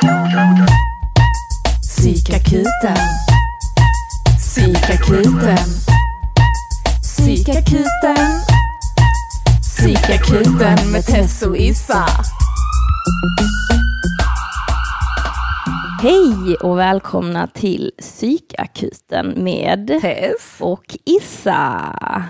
Psykakuten. Psykakuten. Psykakuten. Psykakuten med Tess och Issa. Hej och välkomna till Psykakuten med Tess och Issa.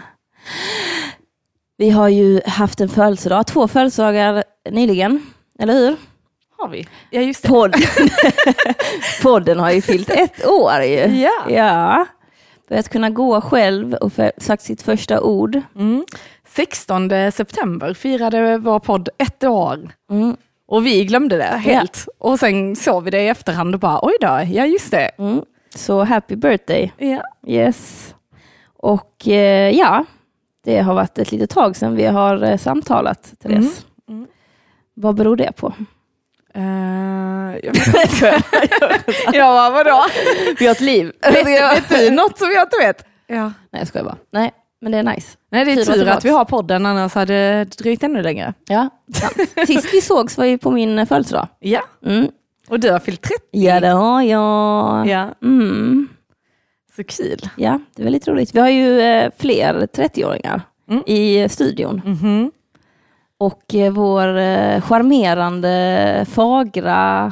Vi har ju haft en födelsedag, 2 födelsedagar nyligen, eller hur? har vi. Ja, just det. Podden har ju fyllt 1 år ju. Ja. Börjat kunna gå själv och sagt sitt första ord. 16 september firade vår podd 1 år. Och vi glömde det helt. Ja. Och sen såg vi det i efterhand och bara, oj då, ja just det. Så happy birthday. Ja. Yes. Och det har varit ett litet tag sedan vi har samtalat, Therese. Vad beror det på? Jag vet inte. Ja, vadå? Vi har ett liv. Vet du något som jag inte vet? Ja. Nej, jag skojar bara. Nej, men det är nice. Nej, det är tur att vi har podden, annars hade det dröjt ännu längre. Ja, sist vi sågs var ju på min födelsedag. Ja. Och du har fyllt 30. Ja, det har jag. Ja. Så kul. Ja, det är väldigt roligt. Vi har ju fler 30-åringar i studion. Och vår charmerande, fagra,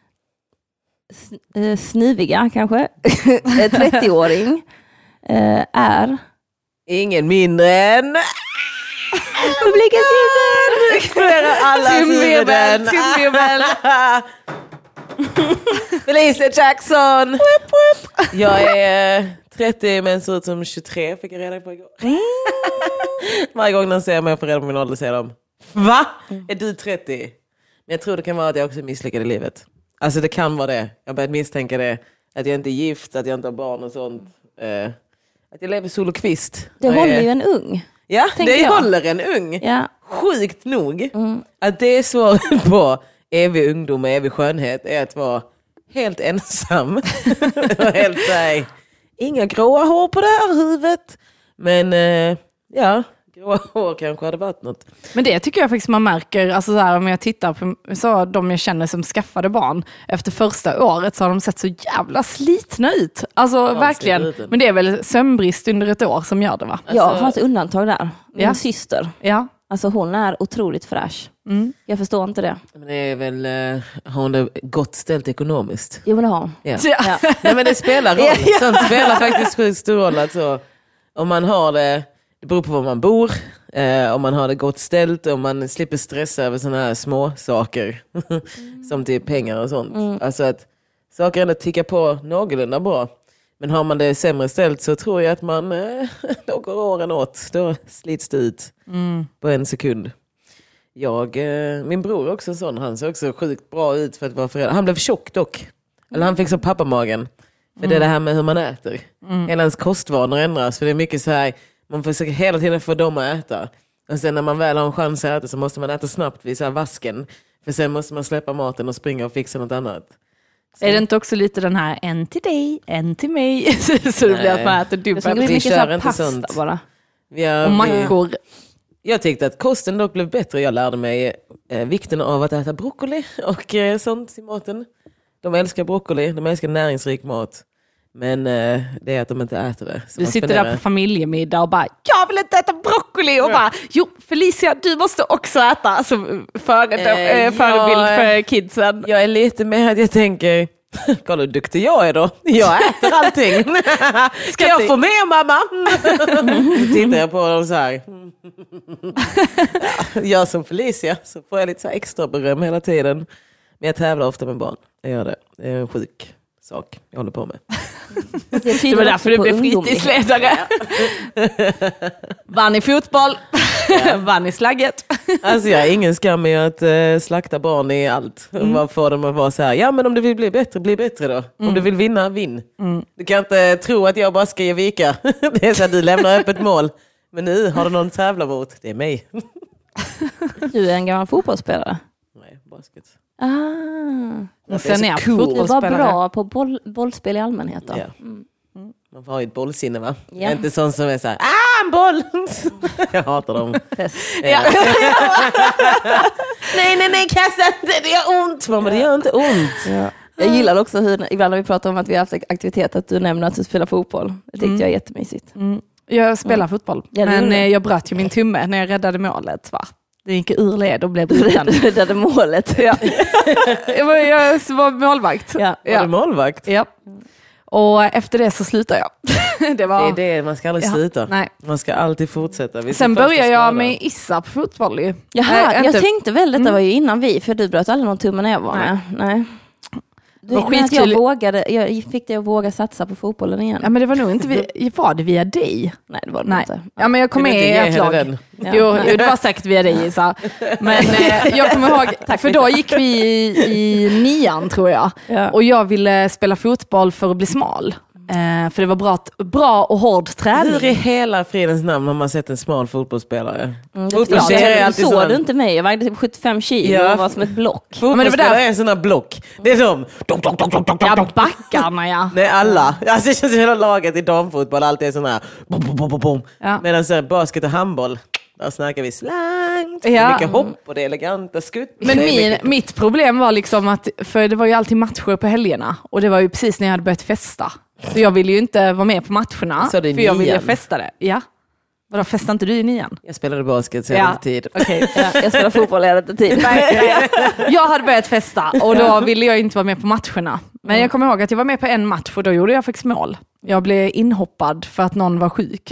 snuviga kanske, 30-åring är... Ingen mindre än... Publiken jubel! Exploderar alla huvuden. Felicia Jackson! Jag är 30 men ser ut som 23, fick jag reda på igår. Varje gång de ser mig och får reda på min ålder säger de: va? Är du 30? Men jag tror det kan vara att jag också är misslyckad i livet. Alltså det kan vara det. Jag har börjat misstänka det. Att jag inte är gift, att jag inte har barn och sånt. Att jag lever sol och kvist. Det håller ju en ung. Ja, det håller en ung. Ja. Sjukt nog. Att det är svaret på evig ungdom och evig skönhet är att vara helt ensam. Och helt såhär, inga gråa hår på det här huvudet. Men gråa hår kanske hade varit något. Men det tycker jag faktiskt man märker, alltså så här, om jag tittar på så de jag känner som skaffade barn efter första året så har de sett så jävla slitna ut. Alltså verkligen. Men det är väl sömnbrist under 1 år som gör det, va? Alltså, jag har ett undantag där. Min syster. Ja. Alltså hon är otroligt fräsch. Jag förstår inte det. Men det är väl, har hon det gott ställt ekonomiskt? Jo, men det har hon. Ja. Nej, men det spelar roll. Sånt spelar faktiskt sjukt stor roll. Alltså, om man har det beror på var man bor. Om man har det gott ställt. Om man slipper stressa över såna här små saker. Som typ pengar och sånt. Alltså att saker ändå tickar på någorlunda bra. Men har man det sämre ställt så tror jag att man då går åren åt. Då slits det ut på 1 sekund. Min bror är också en sån. Han ser också sjukt bra ut för att vara förälder. Han blev tjock dock. Eller han fick så pappamagen. För det är det här med hur man äter. Hela ens kostvanor ändras. För det är mycket så här, man försöker hela tiden få dem att äta. Och sen när man väl har en chans att äta så måste man äta snabbt vid så här vasken. För sen måste man släppa maten och springa och fixa något annat. Så. Är det inte också lite den här en till dig, en till mig? Så det blir att man äter dubbelt. Vi kör inte sånt. Bara. Och mackor. Jag tyckte att kosten dock blev bättre. Jag lärde mig vikten av att äta broccoli och sånt i maten. De älskar broccoli, de älskar näringsrik mat. Men det är att de inte äter det. Du sitter där på familjemiddag och bara, jag vill inte äta broccoli. Och bara, jo Felicia, du måste också äta. Alltså förebild för kidsen. Jag är lite med att jag tänker, kolla hur duktig jag är då. Jag äter allting. Ska jag få med mamma? Så tittar jag på dem så här. Jag som Felicia så får jag lite så här extra beröm hela tiden. Men jag tävlar ofta med barn. Jag gör det. Det är en sjuk sak jag håller på med. Det var därför du blev fritidsledare. Vann i fotboll. Vann i slagget. Alltså jag har ingen skam i att slakta barn i allt. Vad får dem att vara så här, ja men om du vill bli bättre då. Om du vill vinna, vinn. Du kan inte tro att jag bara ska ge vika. Det är så att du lämnar öppet mål. Men nu har du någon tävla mot. Det är mig. Du är en gammal fotbollsspelare. Nej, basket. Och sen är cool. Du var bra på bollspel i allmänhet då. Ja. Man har ju ett bollsinne, va? Ja. Jag är inte sån som är så här, en boll. Jag hatar dem. nej, kasta inte, det gör ont. Mamma, det gör inte ont. Ja. Jag gillar också hur, ibland när vi pratar om att vi har haft aktivitet, att du nämner att du spelar fotboll. Det tyckte jag är jättemysigt. Jag spelar fotboll, men jag bröt ju min tumme när jag räddade målet, va? Det gick ur led och blev bruten. Du räddade målet. Ja. jag var målvakt. Ja. Var du målvakt? Ja. Och efter det så slutade jag. Det är det, man ska aldrig sluta. Nej. Man ska alltid fortsätta. Sen började jag med Issa på fotboll. Jaha, jag tänkte väl, detta var ju innan för du bröt aldrig någon tummen när jag var med. Nej. Jag fick dig att våga satsa på fotbollen igen. Ja, men det var nog inte var det via dig? Nej, det var det inte. Ja, men jag kom med i ett lag. Ja. Jo, det var säkert via dig, Isa. Men jag kommer ihåg, för då gick vi i 9:an tror jag. Ja. Och jag ville spela fotboll för att bli smal. För det var bra och hård träning. Hur i hela fridens namn har man sett en smal fotbollsspelare? Såg du inte mig? Jag vägde typ 75 kilo och var som ett block. Fotbollsspelare är sådana block. Det är som... Ja, backarna, ja. Nej, alla. Alltså, det känns som hela laget i damfotboll alltid är sådana här... Ja. Medan sen basket och handboll... Där snackar vi slangt, mycket hopp och det är eleganta skutt. Men mitt problem var liksom att, för det var ju alltid matcher på helgerna och det var ju precis när jag hade börjat festa. Så jag ville ju inte vara med på matcherna, för jag ville festa det. Ja. Vadå, festade inte du i 9:an? Jag spelade basket så jag hade inte tid. Okay. Jag spelade fotboll och jag hade inte tid. Jag hade börjat festa och då ville jag inte vara med på matcherna. Men jag kommer ihåg att jag var med på en match och då gjorde jag faktiskt mål. Jag blev inhoppad för att någon var sjuk.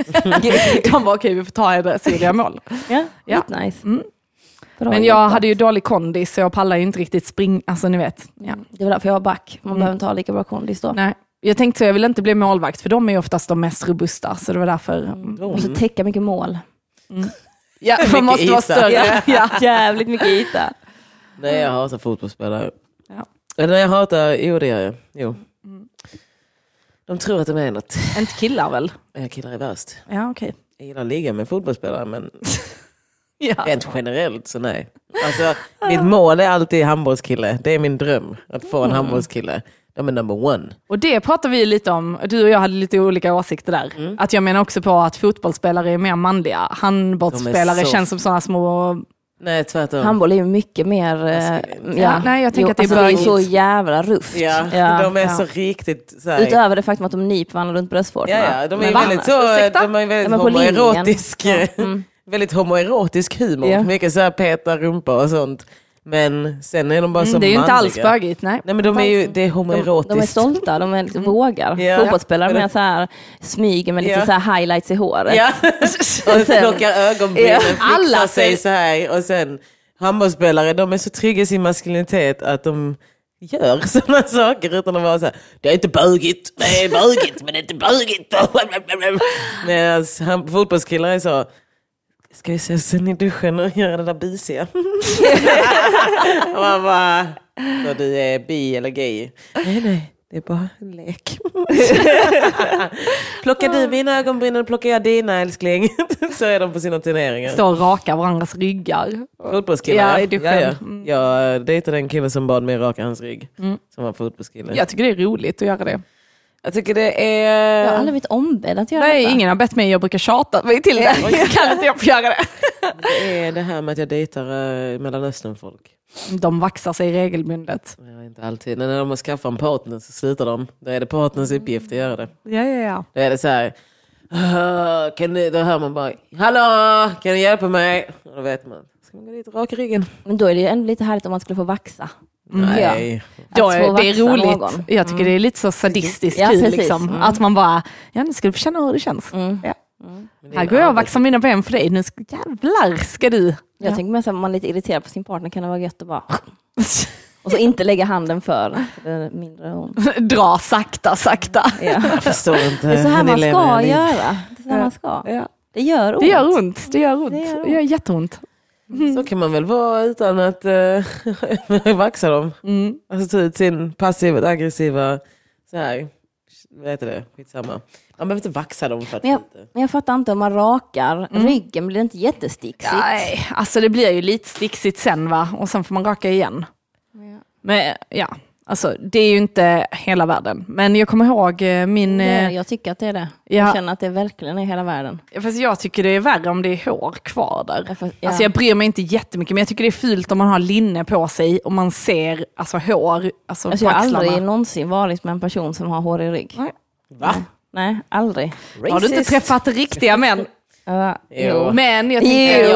De var okej, vi får ta det, så gjorde jag mål. Ja. Nice. Men jag hade ju dålig kondis så jag pallade ju inte riktigt springa, alltså ni vet. Ja. Det var därför jag var back. Man behöver inte ha lika bra kondis då. Nej. Jag tänkte så, jag vill inte bli målvakt för de är ju oftast de mest robusta, så det var därför. Man måste täcka mycket mål. Ja, man måste vara större. Ja. Jävligt mycket yta. Nej, jag hatar fotbollsspelare. Eller jag hatar, det gör jag. Jo. De tror att de är något. Inte killar väl? Killar är värst. Ja, okej. Jag gillar att ligga med fotbollsspelare, men rent generellt så nej. Alltså, mitt mål är alltid handbollskille. Det är min dröm, att få en handbollskille. De är number one. Och det pratar vi lite om. Du och jag hade lite olika åsikter där. Att jag menar också på att fotbollsspelare är mer manliga. Handbollsspelare känns som sådana små... Nej, tvärtom. Handboll är ju mycket mer... nej, jag tänker att det är så jävla ruft. Ja, de är så riktigt... Så här. Utöver det faktum att de nyper varandra runt bröstvårtorna. Ja, de är väldigt så... De är väldigt homoerotisk. Väldigt homoerotisk humor. Ja. Mycket så här peta rumpa och sånt. Men sen är de bara så manliga. Det är ju inte alls bögigt, nej. Nej, men det är homoerotiskt. De är stolta, de är liksom vågar. Fotbollsspelare med så här smyger med lite så här highlights i håret. Ja. Och sen plockar ögonbrynen, fixar sig så här. Och sen handbollsspelare, de är så trygga i sin maskulinitet att de gör sådana saker utan att vara så här, det är inte bögigt, det är bögigt, men det är inte bögigt. Medan fotbollskillar är så... Ska vi se sen i duschen och göra det där bisiga? Och man bara, så du är bi eller gay? Nej, det är bara en lek. Plockar du mina ögonbryn, plockar jag dina, älskling. Så är de på sina turneringar. Står raka varandras ryggar. Fotbollskillar. Ja, i duschen. Jag dejtade en kille som bad mig raka hans rygg. Som var fotbollskille. Jag tycker det är roligt att göra det. Jag tycker det är... Jag har aldrig blivit ombedd att göra det. Nej, ingen har bett mig. Jag brukar tjata mig till det. Kan inte jag få göra det? Det är det här med att jag dejtar Mellanöstern-folk. De vaxar sig regelbundet. Ja, inte alltid. När de har skaffat en partner så slutar de. Då är det partners uppgift att göra det. Ja. Då är det så här... Då hör man bara... Hallå, kan du hjälpa mig? Och då vet man. Ska man gå dit och raka ryggen? Men då är det ju ändå lite härligt om man skulle få vaxa. Nej. Ja. Det är roligt. Någon. Jag tycker det är lite så sadistiskt kul. Liksom. Att man bara, nu ska du få känna hur det känns. Ja. Här går jag och vaxar mina ben för dig. Nu jävlar ska du. Jag tänker mig att man är lite irriterad på sin partner kan det vara gött att bara... Och så inte lägga handen för mindre ont. Dra sakta. Ja. Jag förstår inte. Det är så här man ska göra. Det är så här man ska. Ja. Det gör ont. Det gör jätteont. Så kan man väl vara utan att vaxa dem. Alltså ta ut sin passiva och aggressiva så här. Vad heter det? Skitsamma. Man behöver inte vaxa dem för att men jag fattar inte om man rakar ryggen, blir det inte jättesticksigt? Nej, alltså det blir ju lite sticksigt sen va? Och sen får man raka igen. Men Alltså det är ju inte hela världen. Men jag kommer ihåg min... jag tycker att det är det. Jag känner att det verkligen är hela världen. Fast jag tycker det är värre om det är hår kvar där. Alltså jag bryr mig inte jättemycket, men jag tycker det är fult om man har linne på sig och man ser alltså hår alltså jag har aldrig någonsin varit med en person som har hår i rygg. Nej. Va? Nej, aldrig. Racist. Har du inte träffat riktiga män? Jo. Men jag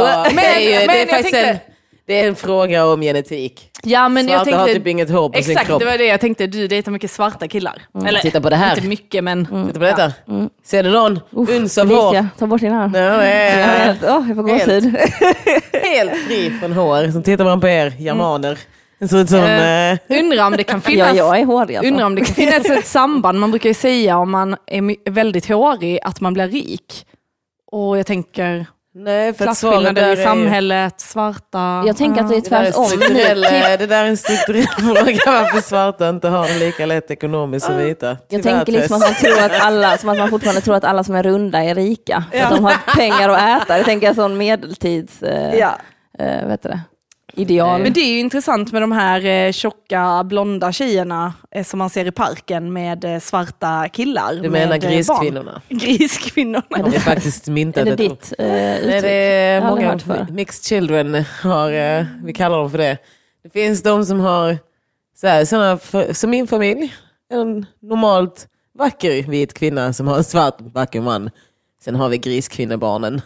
tänkte... Det är en fråga om genetik. Ja, men jag tänkte, har typ inget hår på sin kropp. Exakt, det var det jag tänkte. Du dejtar mycket svarta killar. Eller, titta på det här. Inte mycket, men... Titta på detta. Ser du någon? Uns av hår. Ta bort din arm. Jag får gåshud. Helt fri från hår. Så tittar man på er, germaner. Det ser ut som... Undrar om det kan finnas... jag är hårig alltså. Undrar om det kan finnas ett samband. Man brukar ju säga om man är väldigt hårig att man blir rik. Och jag tänker... Nej, för klasskillnader i samhället, svarta... Jag tänker att det är tvärtom. Det där är en strukturell fråga varför svarta inte har det lika lätt ekonomiskt som vita. Jag tänker liksom att man tror att alla, som att man fortfarande tror att alla som är runda är rika. Att de har pengar att äta. Jag tänker sån medeltids... vet du det? Ideal. Men det är ju intressant med de här tjocka, blonda tjejerna som man ser i parken med svarta killar. Du menar griskvinnorna? Griskvinnorna. Det är faktiskt myntat. Är det ditt uttryck? Nej, det är många mixed children har, vi kallar dem för det. Det finns de som har såna som min familj. En normalt vacker vit kvinna som har en svart vacker man. Sen har vi griskvinnebarnen.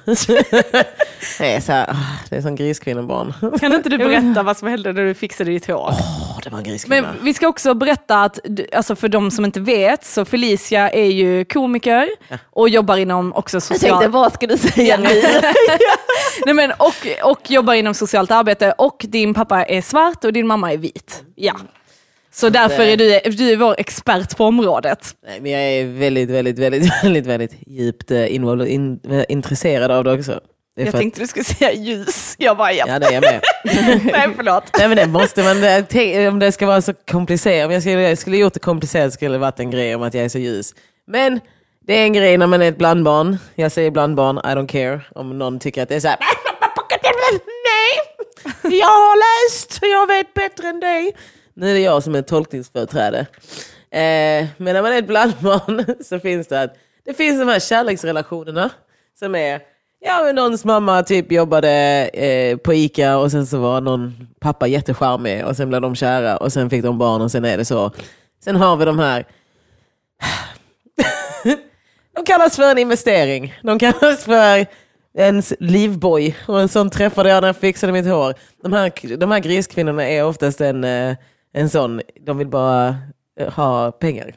Det är som griskvinnebarn. Kan inte du berätta vad som hände när du fixade ditt hår? Det var en griskvinna. Men vi ska också berätta att, alltså för de som inte vet, så Felicia är ju komiker och jobbar inom också socialt... Jag tänkte, vad ska du säga nu? Nej, men, och jobbar inom socialt arbete, och din pappa är svart och din mamma är vit. Ja. Så därför är du är vår expert på området. Nej, men jag är väldigt djupt intresserad av det också. Det jag tänkte du skulle säga ljus. Jag bara, ja, det är jag med. Nej, förlåt. Nej, men det måste man, om det ska vara så komplicerat. Om jag skulle gjort det komplicerat skulle det varit en grej om att jag är så ljus. Men det är en grej när man är ett blandbarn. Jag säger blandbarn, I don't care. Om någon tycker att det är så här, nej, jag har läst, jag vet bättre än dig. Nu är det jag som är tolkningsföreträde. Men när man är ett blandbarn så finns det finns de här kärleksrelationerna som är, men någons mamma typ jobbade på Ica och sen så var någon pappa jättecharmig och sen blev de kära och sen fick de barn och sen är det så. Sen har vi de här de kallas för en investering. De kallas för ens livboj. Och en sån träffade jag när jag fixade mitt hår. De här griskvinnorna är oftast en sån, de vill bara ha pengar.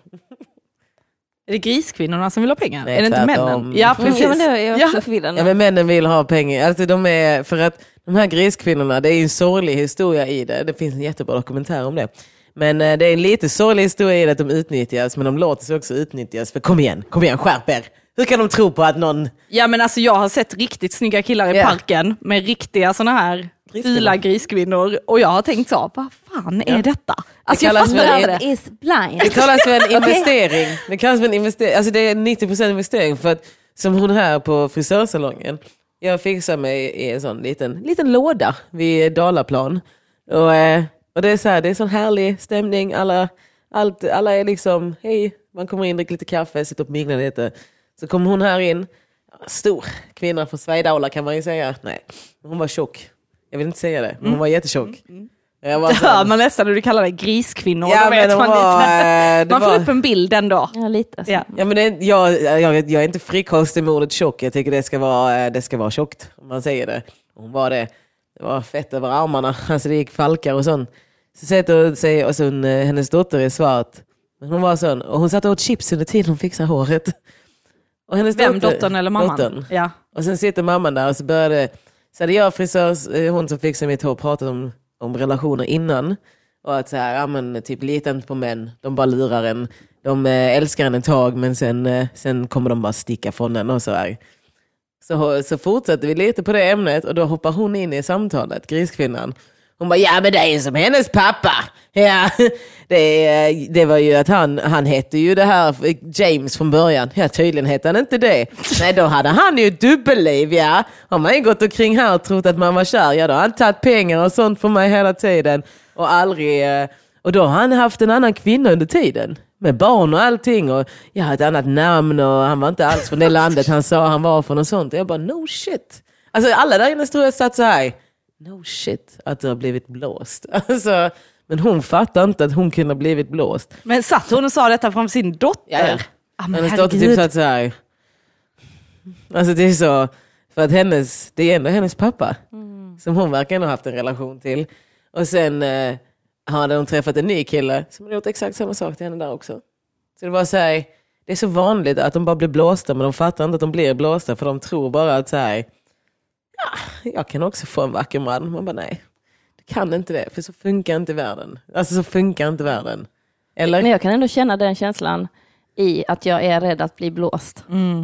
Är det griskvinnorna som vill ha pengar? Nej, är det inte männen? Ja, precis. Ja, men det är också förvirrande. Ja, men männen vill ha pengar. Alltså de är, för att de här griskvinnorna, det är en sorglig historia i det. Det finns en jättebra dokumentär om det. Men det är en lite sorglig historia i det att de utnyttjas, men de låter sig också utnyttjas. För kom igen, skärp er. Hur kan de tro på att någon... Ja, men alltså jag har sett riktigt snygga killar i parken med riktiga såna här fila griskvinnor. Och jag har tänkt så, vad fan är detta? Alltså jag fattar det. Is blind. Det kallas för en investering. Det kallas för en investering. Alltså det är 90% investering. För att, som hon här på frisörsalongen, jag fixar mig i en sån liten låda vid Dalaplan. Och det är så här, det är sån härlig stämning. Alla är liksom, hej, man kommer in, dricker lite kaffe, sitter och minglar lite. Så kommer hon här in, stor kvinna från Sveidaula kan man ju säga. Nej, hon var tjock. Jag vill inte säga det, men hon var jättetjock. Man nästan när du kallar det griskvinnor. Ja, men man får upp en bild ändå. Ja, lite. Ja. Ja, men jag är inte frikostig med ordet tjock. Jag tycker det ska vara tjockt, om man säger det. Hon var det. Det var fett över armarna. Alltså det gick falkar och sånt. Så sätter hon sig, och så hennes dotter är svart. Men hon var sån. Och hon satt åt chips under tiden hon fixade håret. Och hennes dottern eller mamman? Dottern. Ja. Och sen sitter mamman där och så hade jag frisörs, hon som fixade mitt hår, pratat om relationer innan. Och att så här, ja men typ lita inte på män. De bara lurar en. De älskar en tag, men sen kommer de bara sticka från en och så här. Så fortsätter vi lite på det ämnet och då hoppar hon in i samtalet, griskvinnan. Hon bara, ja men det är som hennes pappa. Ja, det var ju att han hette ju det här James från början. Ja, tydligen hette han inte det. Nej, då hade han ju dubbelliv, ja. Har man ju gått omkring här och trott att man var kär, ja då har han tagit pengar och sånt för mig hela tiden. Och aldrig Och då har han haft en annan kvinna under tiden. Med barn och allting. Och jag har ett annat namn och han var inte alls från det landet han sa han var från och sånt. Och jag bara, no shit. Alltså alla där inne tror jag satt så här. No shit att det har blivit blåst. Alltså, men hon fattar inte att hon kunde ha blivit blåst. Men satt hon och sa detta framför sin dotter? Ja. Hennes dotter typ satt så här. Alltså det är så. För att det är ändå hennes pappa. Som hon verkar ha haft en relation till. Och sen hade hon träffat en ny kille som hade gjort exakt samma sak till henne där också. Så det var så här, det är så vanligt att de bara blir blåsta, men de fattar inte att de blir blåsta, för de tror bara att så här, ja, jag kan också få en vacker man. Man bara nej, du kan inte det, för så funkar inte världen. Alltså så funkar inte världen. Eller? Men jag kan ändå känna den känslan i att jag är rädd att bli blåst.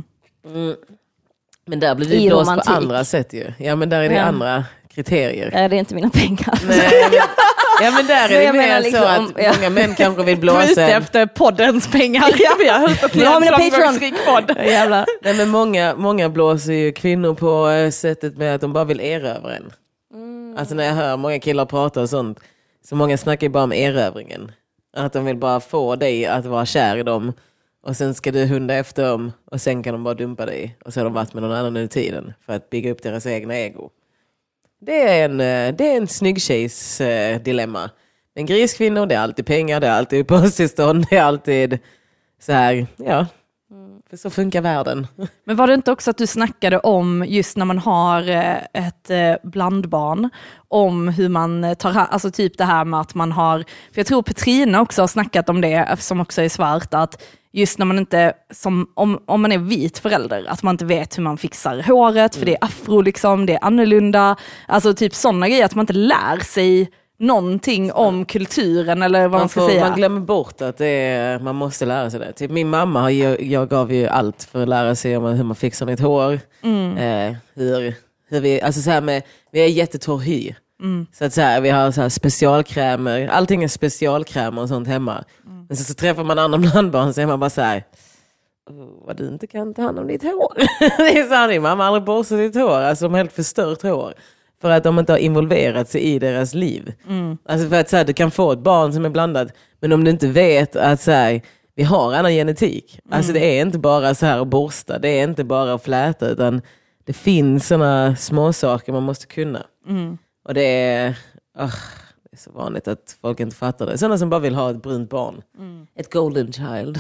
Men där blir det blåst på andra sätt ju. Ja, men där är det andra kriterier. Det är inte mina pengar. Nej, ja, men där är det mer liksom, så att många män kanske vill blåsa. Ute efter poddens pengar. Ja, vi har hört att ni har en framgångsrik podd. Jävlar. Nej, men många blåser ju kvinnor på sättet med att de bara vill erövra en. Alltså när jag hör många killar prata och sånt, så många snackar ju bara om erövringen. Att de vill bara få dig att vara kär i dem. Och sen ska du hunda efter dem. Och sen kan de bara dumpa dig. Och så har de varit med någon annan under tiden. För att bygga upp deras egna ego. Det är en snygg tjejs dilemma. En griskvinnor, det är alltid pengar. Det är alltid uppehållstillstånd. Det är alltid så här, ja. För så funkar världen. Men var det inte också att du snackade om just när man har ett blandbarn, om hur man tar, alltså typ det här med att man har, för jag tror Petrina också har snackat om det, som också är svart, att just när man inte, om man är vit förälder, att man inte vet hur man fixar håret, för det är afro liksom, det är annorlunda, alltså typ sådana grejer, att man inte lär sig någonting om kulturen eller vad man ska säga. Man glömmer bort att man måste lära sig det. Typ min mamma, jag gav ju allt för att lära sig om hur man fixar mitt hår. Hur vi, alltså så här med, vi är jättetorr hy. Så att så här, vi har så här specialkrämer. Allting är specialkrämer och sånt hemma. Men så träffar man andra blandbarn, så är man bara så här, vad du inte kan ta hand om ditt hår. Det är så här, din mamma har aldrig borstat ditt hår. Alltså de har helt förstört hår. För att de inte har involverat sig i deras liv. Alltså för att så här, du kan få ett barn som är blandat. Men om du inte vet att så här, vi har annan genetik. Alltså det är inte bara så här att borsta. Det är inte bara att fläta. Utan det finns såna små saker man måste kunna. Och det är så vanligt att folk inte fattar det. Sådana som bara vill ha ett brunt barn. Ett golden child.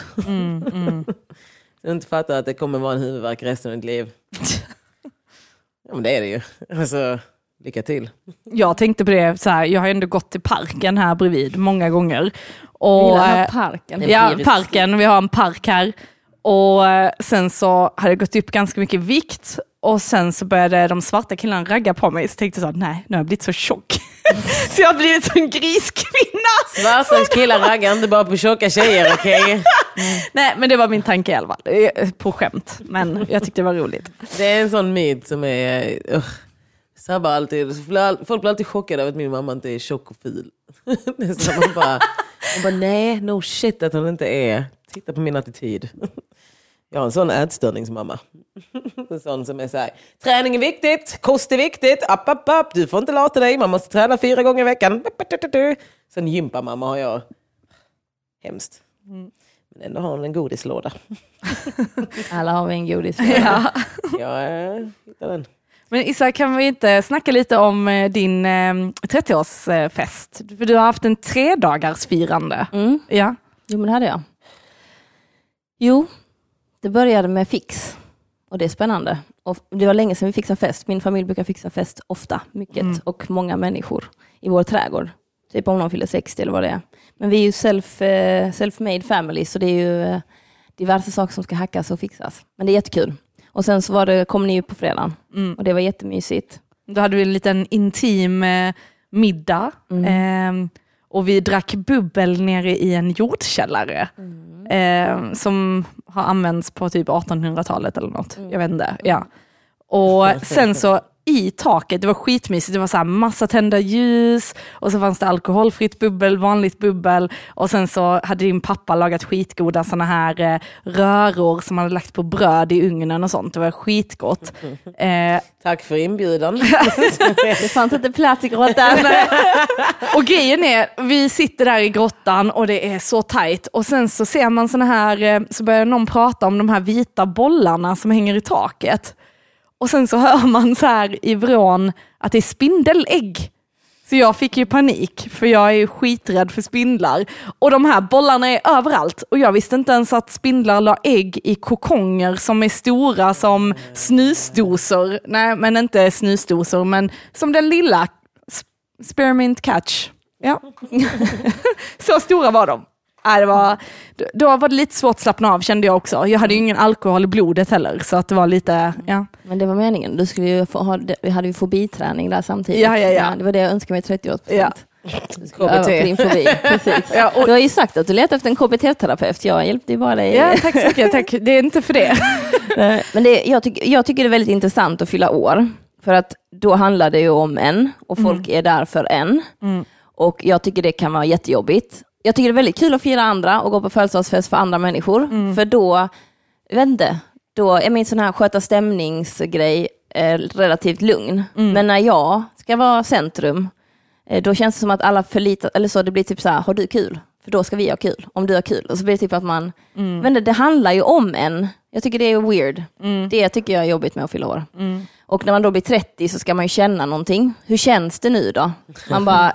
Så inte fattar att det kommer vara en huvudvärk resten av ditt liv. Ja, men det är det ju. Alltså, lycka till. Jag tänkte på det så här, jag har ändå gått till parken här bredvid många gånger. Och parken. Ja, parken. Vi har en park här. Och sen så hade jag gått upp ganska mycket vikt. Och sen så började de svarta killarna ragga på mig. Så tänkte jag så, nej, nu har jag blivit så tjock. Så jag har blivit som en griskvinna. Svarta killar raggar inte bara på tjocka tjejer, okej? Nej, men det var min tanke i alla fall. På skämt. Men jag tyckte det var roligt. Det är en sån myt som är... sabbar alltid. Folk blir alltid chockade av att min mamma inte är tjock och ful. Det är så man bara, nej, no shit att hon inte är. Titta på min attityd. Jag har en sån ätstörningsmamma. En sån som är så här, träning är viktigt, kost är viktigt, upp. Du får inte lata dig, man måste träna 4 gånger i veckan. Sen gympamamma har jag. Hemskt. Men ändå har hon en godislåda. Alla har vi en godislåda. Ja, jag hittar den. Men Issa, kan vi inte snacka lite om din 30-årsfest? För du har haft en 3-dagarsfirande. Ja. Jo, men det hade jag. Jo, det började med fix. Och det är spännande. Och det var länge sedan vi fixade fest. Min familj brukar fixa fest ofta, mycket. Och många människor i vår trädgård. Typ om någon fyller 60 eller vad det är. Men vi är ju self-made family, så det är ju diverse saker som ska hackas och fixas. Men det är jättekul. Och sen så kom ni ju på fredagen. Och det var jättemysigt. Då hade vi en liten intim middag. Och vi drack bubbel nere i en jordkällare. Som har använts på typ 1800-talet eller något. Jag vet inte. Ja. Och sen så i taket. Det var skitmysigt. Det var så här massa tända ljus och så fanns det alkoholfritt bubbel, vanligt bubbel och sen så hade din pappa lagat skitgoda såna här röror som han hade lagt på bröd i ugnen och sånt. Det var skitgott. Tack för inbjudan. Det fanns inte plats i grottan. Och grejen är, vi sitter där i grottan och det är så tajt och sen så ser man såna här, så börjar någon prata om de här vita bollarna som hänger i taket. Och sen så hör man så här i vrån att det är spindelägg. Så jag fick ju panik för jag är ju skiträdd för spindlar. Och de här bollarna är överallt. Och jag visste inte ens att spindlar la ägg i kokonger som är stora som snusdosor. Nej, men inte snusdosor, men som den lilla spearmint catch. Ja. Så stora var de. Då var det lite svårt att slappna av, kände jag också. Jag hade ju ingen alkohol i blodet heller, så att det var lite, ja. Men det var meningen. Du skulle ju vi hade ju fobiträning där samtidigt. Ja. Det var det jag önskade mig 30-årspresent. Ja. Du skulle öva på din fobi. Precis. Ja, och du har ju sagt att du letar efter en KBT-terapeut. Jag hjälpte ju bara dig. Ja, tack så mycket. Tack. Det är inte för det. Men jag tycker det är väldigt intressant att fylla år. För att då handlar det ju om en och folk är där för en. Och jag tycker det kan vara jättejobbigt. Jag tycker det är väldigt kul att fira andra och gå på födelsedagsfest för andra människor. För då, jag vet inte, då är min sån här sköta stämningsgrej relativt lugn. Men när jag ska vara centrum, då känns det som att alla förlitar, eller så det blir typ så här, har du kul? För då ska vi ha kul, om du har kul. Och så blir det typ att man, men det handlar ju om en. Jag tycker det är weird. Det tycker jag är jobbigt med att fylla år. Och när man då blir 30 så ska man ju känna någonting. Hur känns det nu då? Man bara,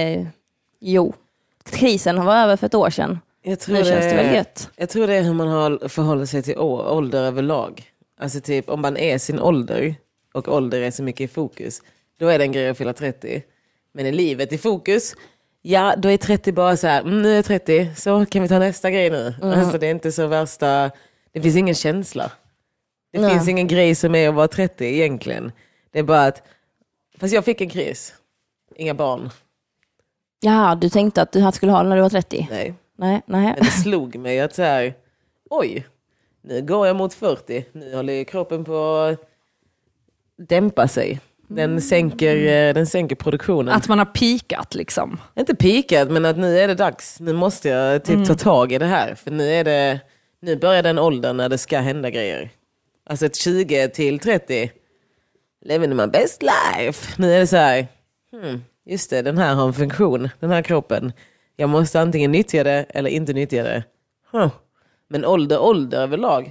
jo. Krisen var över för ett år sedan. Nu känns det väl gött. Jag tror det är hur man förhåller sig till ålder överlag. Alltså typ om man är sin ålder och ålder är så mycket i fokus, då är det en grej att fylla 30. Men i livet i fokus, ja då är 30 bara så här, nu är jag 30, så kan vi ta nästa grej nu. Alltså det är inte så värsta, det finns ingen känsla. Det finns ingen grej som är att vara 30 egentligen. Det är bara att, fast jag fick en kris. Inga barn. Ja, du tänkte att du skulle ha det när du var 30? Nej. Nej. Men det slog mig att så här, oj, nu går jag mot 40. Nu håller kroppen på att dämpa sig. Den sänker produktionen. Att man har pikat liksom. Inte pikat, men att nu är det dags. Nu måste jag typ ta tag i det här. För nu börjar den åldern när det ska hända grejer. Alltså ett 20 till 30. Living my best life. Nu är det så här, just det, den här har en funktion. Den här kroppen. Jag måste antingen nyttja det eller inte nyttja det. Men ålder överlag.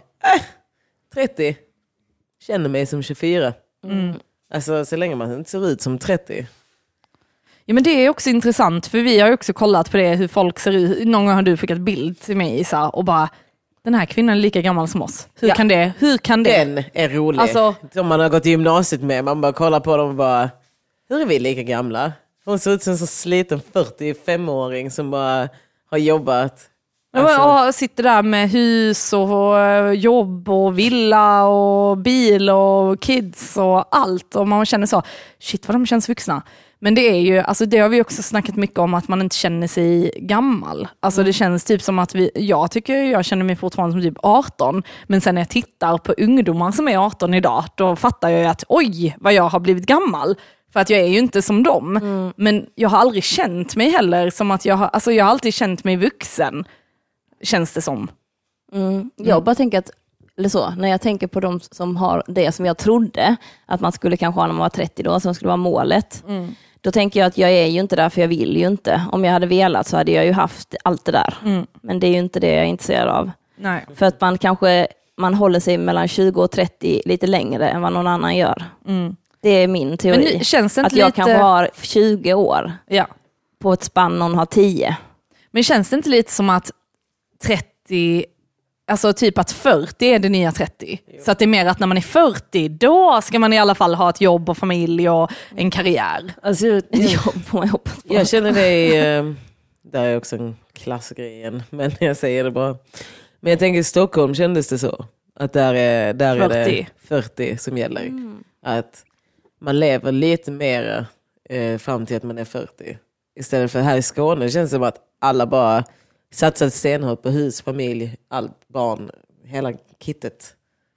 30. Känner mig som 24. Alltså så länge man inte ser ut som 30. Ja, men det är också intressant, för vi har ju också kollat på det, hur folk ser ut. Någon gång har du skickat bild till mig, Isa, och bara, den här kvinnan är lika gammal som oss. Hur kan det? Den är rolig. Alltså, som man har gått i gymnasiet med. Man bara kollar på dem och bara, hur är vi lika gamla? Hon ser ut som en så sliten 45-åring som bara har jobbat. Alltså. Och sitter där med hus och jobb och villa och bil och kids och allt. Och man känner så, shit vad de känns vuxna. Men det är ju, alltså det har vi också snackat mycket om, att man inte känner sig gammal. Alltså det känns typ som att jag känner mig fortfarande som typ 18. Men sen när jag tittar på ungdomar som är 18 idag, då fattar jag att oj, vad jag har blivit gammal. För att jag är ju inte som dem. Men jag har aldrig känt mig heller som att jag har alltid känt mig vuxen. Känns det som. Jag bara tänker att, eller så, när jag tänker på de som har det som jag trodde att man skulle kanske ha när man var 30 då, som skulle vara målet. Då tänker jag att jag är ju inte där, för jag vill ju inte. Om jag hade velat så hade jag ju haft allt det där. Men det är ju inte det jag är intresserad av. Nej. För att man håller sig mellan 20 och 30 lite längre än vad någon annan gör. Det är min teori. Men nu, känns det inte att jag kanske har 20 år på ett spann, någon har 10. Men känns det inte lite som att 30, alltså typ att 40 är det nya 30? Jo. Så att det är mer att när man är 40, då ska man i alla fall ha ett jobb och familj och en karriär. Alltså, jag känner det, där är också en klassgrej igen, men jag säger det bara. Men jag tänker i Stockholm kändes det så. Att där är det 40 som gäller. Att man lever lite mer fram till att man är 40. Istället för här i Skåne känns det som att alla bara satsat stenhårt på hus, familj, allt, barn, hela kittet.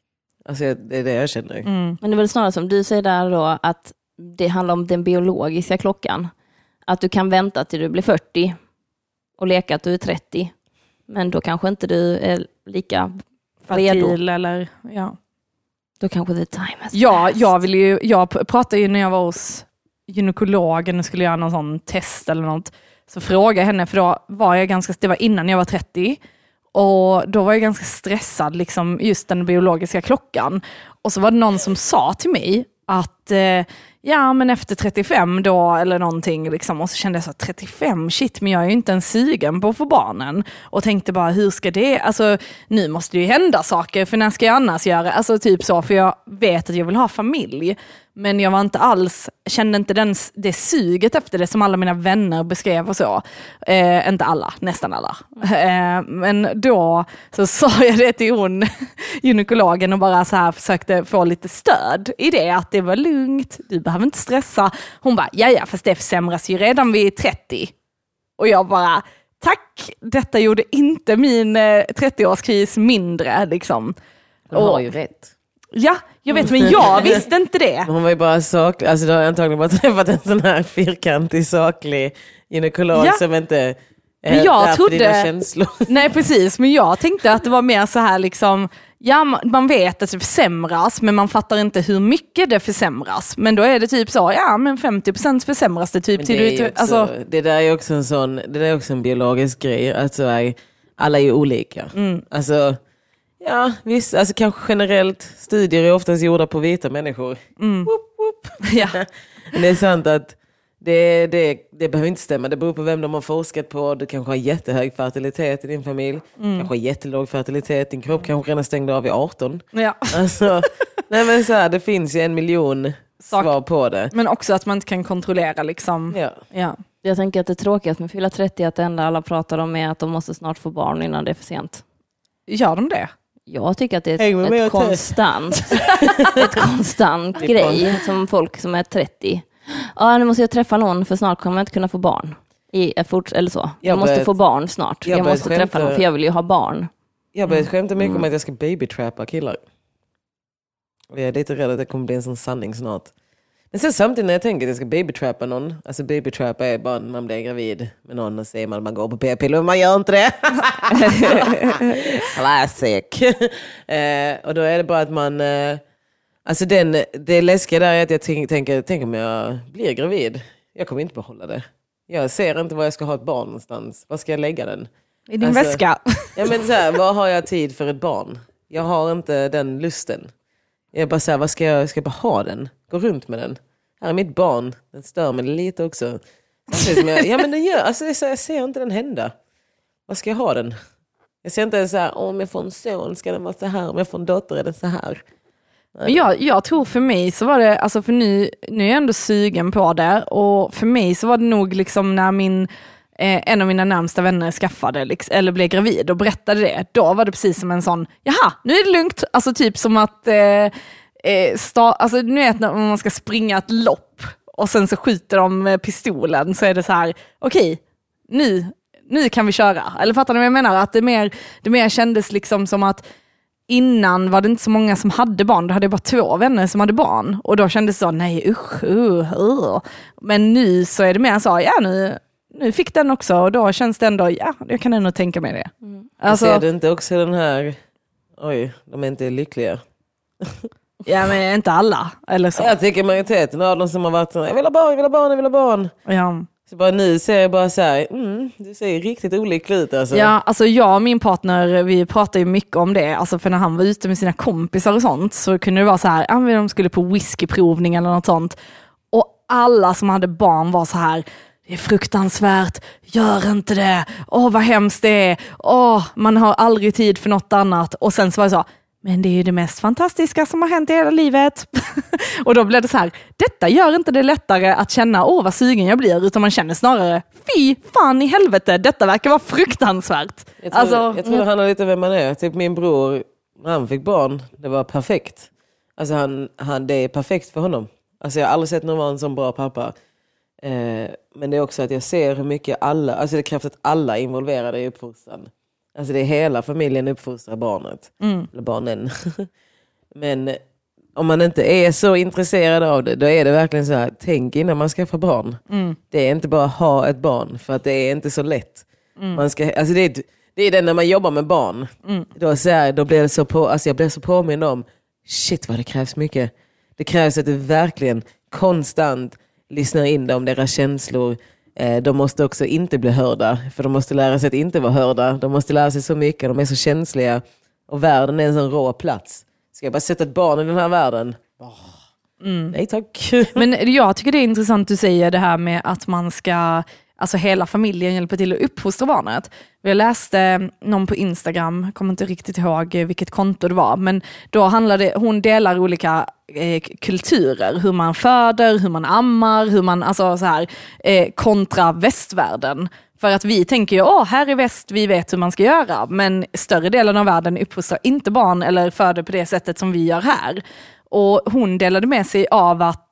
Alltså det är det jag känner. Men det är väl snarare som du säger där då, att det handlar om den biologiska klockan. Att du kan vänta till du blir 40 och leka att du är 30. Men då kanske inte du är lika redo. Eller, ja. Då kanske det är time has jag pratade ju när jag var hos gynekologen och skulle göra någon sån test eller något. Så frågade jag henne, för då var jag det var innan jag var 30. Och då var jag ganska stressad, liksom just den biologiska klockan. Och så var det någon som sa till mig att men efter 35 då eller någonting liksom. Och så kände jag så 35, shit, men jag är ju inte en sugen på att få barnen. Och tänkte bara, hur ska det, alltså nu måste det ju hända saker, för när ska jag annars göra, alltså typ så, för jag vet att jag vill ha familj. Men jag var inte alls, kände inte det suget efter det som alla mina vänner beskrev och så. Inte alla, nästan alla. Men då så sa jag det till hon, gynekologen, och bara så här försökte få lite stöd i det, att det var lugnt, du behöver inte stressa. Hon bara, ja, fast det försämras ju redan vid 30. Och jag bara, tack, detta gjorde inte min 30-årskris mindre liksom. Hon har ju rätt. Ja, jag vet, men jag visste inte det. Hon var ju bara saklig, alltså du har antagligen bara träffat en sån här fyrkantig saklig gynekolog som inte men jag trodde dina känslor. Nej, precis, men jag tänkte att det var mer så här liksom, ja, man vet att det försämras, men man fattar inte hur mycket det försämras. Men då är det typ så, men 50% försämras det typ. Det där är också en biologisk grej, alltså alla är ju olika. Alltså ja, visst, alltså kanske generellt, studier är oftast gjorda på vita människor. Ja. Men det är sant att det behöver inte stämma. Det beror på vem de har forskat på. Du kanske har jättehög fertilitet i din familj. Kanske har jättelåg fertilitet. Din kropp kanske redan stängde av vid 18. Ja. Alltså, nej men så här, det finns ju 1 miljon svar på det. Men också att man inte kan kontrollera liksom. Ja. Jag tänker att det är tråkigt med fylla 30, att det enda alla pratar om är att de måste snart få barn innan det är för sent. Gör de det? Jag tycker att det är ett konstant grej som folk som är 30. Ja, nu måste jag träffa någon, för snart kommer jag inte kunna få barn. Eller så. Jag måste få barn snart. Jag måste träffa någon, för jag vill ju ha barn. Jag börjar skämta mycket om att jag ska babytrappa killar. Jag är lite rädd att det kommer bli en sån sanning snart. Men sen samtidigt när jag tänker att jag ska babytrappa någon, alltså babytrappa är bara när man blir gravid med någon och säger man går på p-piller, men man gör inte det. Classic. Och då är det bara att man, alltså det läskiga där är att jag tänker om jag blir gravid, jag kommer inte behålla det. Jag ser inte var jag ska ha ett barn någonstans. Var ska jag lägga den? I din väska. Ja, men så här, vad har jag tid för ett barn? Jag har inte den lusten. Jag bara så här, vad ska jag bara ha den? Gå runt med den. Här är mitt barn. Den stör mig lite också. Ja, men den gör. Alltså, jag ser inte den hända. Vad ska jag ha den? Jag ser inte så här, om jag får en son ska den vara så här. Om jag får en dotter är den så här. Jag tror för mig så var det, alltså för nu är jag ändå sugen på det. Och för mig så var det nog liksom när en av mina närmsta vänner skaffade eller blev gravid och berättade det. Då var det precis som en sån, jaha, nu är det lugnt. Alltså typ som att alltså nu vet när man ska springa ett lopp och sen så skjuter de pistolen, så är det så här, okej, nu kan vi köra. Eller fattar ni vad jag menar? Att det mer kändes liksom som att innan var det inte så många som hade barn. Då hade jag bara 2 vänner som hade barn. Och då kändes det så, nej usch. Men nu så är det mer så, ja nu fick den också. Och då känns det ändå, ja, jag kan ändå tänka mig det. Alltså, ser du inte också den här, oj, de är inte lyckliga. Ja, men inte alla. Eller så. Jag tycker majoriteten av de som har varit, jag vill ha barn. Ja. Så bara nu ser jag bara så här, du ser riktigt olycklig ut alltså. Ja, alltså jag och min partner, vi pratar ju mycket om det. Alltså för när han var ute med sina kompisar och sånt så kunde det vara så här, de skulle på whiskyprovning eller något sånt. Och alla som hade barn var så här, det är fruktansvärt, gör inte det. Vad hemskt det är. Man har aldrig tid för något annat. Och sen så var det så, men det är ju det mest fantastiska som har hänt i hela livet. Och då blev det så här, detta gör inte det lättare att känna, vad sugen jag blir, utan man känner snarare, fy fan i helvete, detta verkar vara fruktansvärt. Jag tror det handlar lite om vem man är. Typ min bror, när han fick barn, det var perfekt. Alltså det är perfekt för honom. Alltså jag har aldrig sett någon vara en sån bra pappa. Men det är också att jag ser hur mycket alla, alltså det krävs att alla är involverade i uppfostran. Alltså det är hela familjen uppfostrar barnet. Eller barnen. Men om man inte är så intresserad av det, då är det verkligen så här, tänk innan man skaffar barn. Det är inte bara ha ett barn, för att det är inte så lätt. Man ska, alltså det är det när man jobbar med barn. Då blir det så jag blir så påmind om, shit vad det krävs mycket. Det krävs att du verkligen konstant lyssnar in dem, deras känslor. De måste också inte bli hörda, för de måste lära sig att inte vara hörda. De måste lära sig så mycket, de är så känsliga. Och världen är en sån rå plats. Ska jag bara sätta ett barn i den här världen? Nej tack. Men jag tycker det är intressant du säger det här med att man ska, alltså hela familjen hjälper till att uppfostra barnet. Jag läste någon på Instagram, kommer inte riktigt ihåg vilket konto det var, men då hon delar olika kulturer, hur man föder, hur man ammar, hur man, alltså så här, kontra västvärlden. För att vi tänker ju, här i väst, vi vet hur man ska göra, men större delen av världen uppfostrar inte barn eller föder på det sättet som vi gör här. Och hon delade med sig av att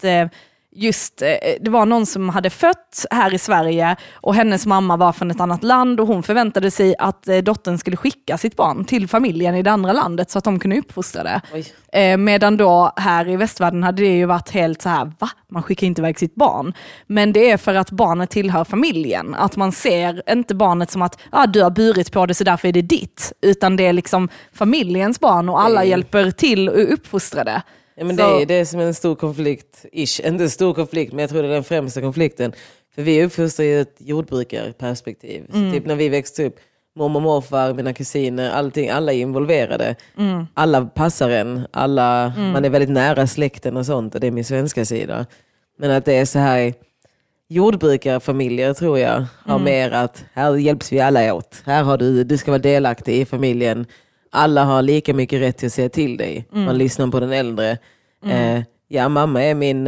det var någon som hade fött här i Sverige och hennes mamma var från ett annat land och hon förväntade sig att dottern skulle skicka sitt barn till familjen i det andra landet så att de kunde uppfostra det. Medan då här i västvärlden hade det ju varit helt så här, man skickar inte iväg sitt barn. Men det är för att barnet tillhör familjen. Att man ser inte barnet som att du har burit på det så därför är det ditt. Utan det är liksom familjens barn och alla hjälper till att uppfostra det. Ja, men det är som en stor konflikt, inte en stor konflikt, men jag tror det är den främsta konflikten. För vi uppfostrar i ett jordbrukarperspektiv. Så typ när vi växte upp, mormor, morfar, mina kusiner, allting, alla är involverade. Alla passar en, man är väldigt nära släkten och sånt, och det är min svenska sida. Men att det är så här, jordbrukarfamiljer tror jag har mer att här hjälps vi alla åt. Här har du ska vara delaktig i familjen. Alla har lika mycket rätt till att säga till dig. Man lyssnar på den äldre. Mamma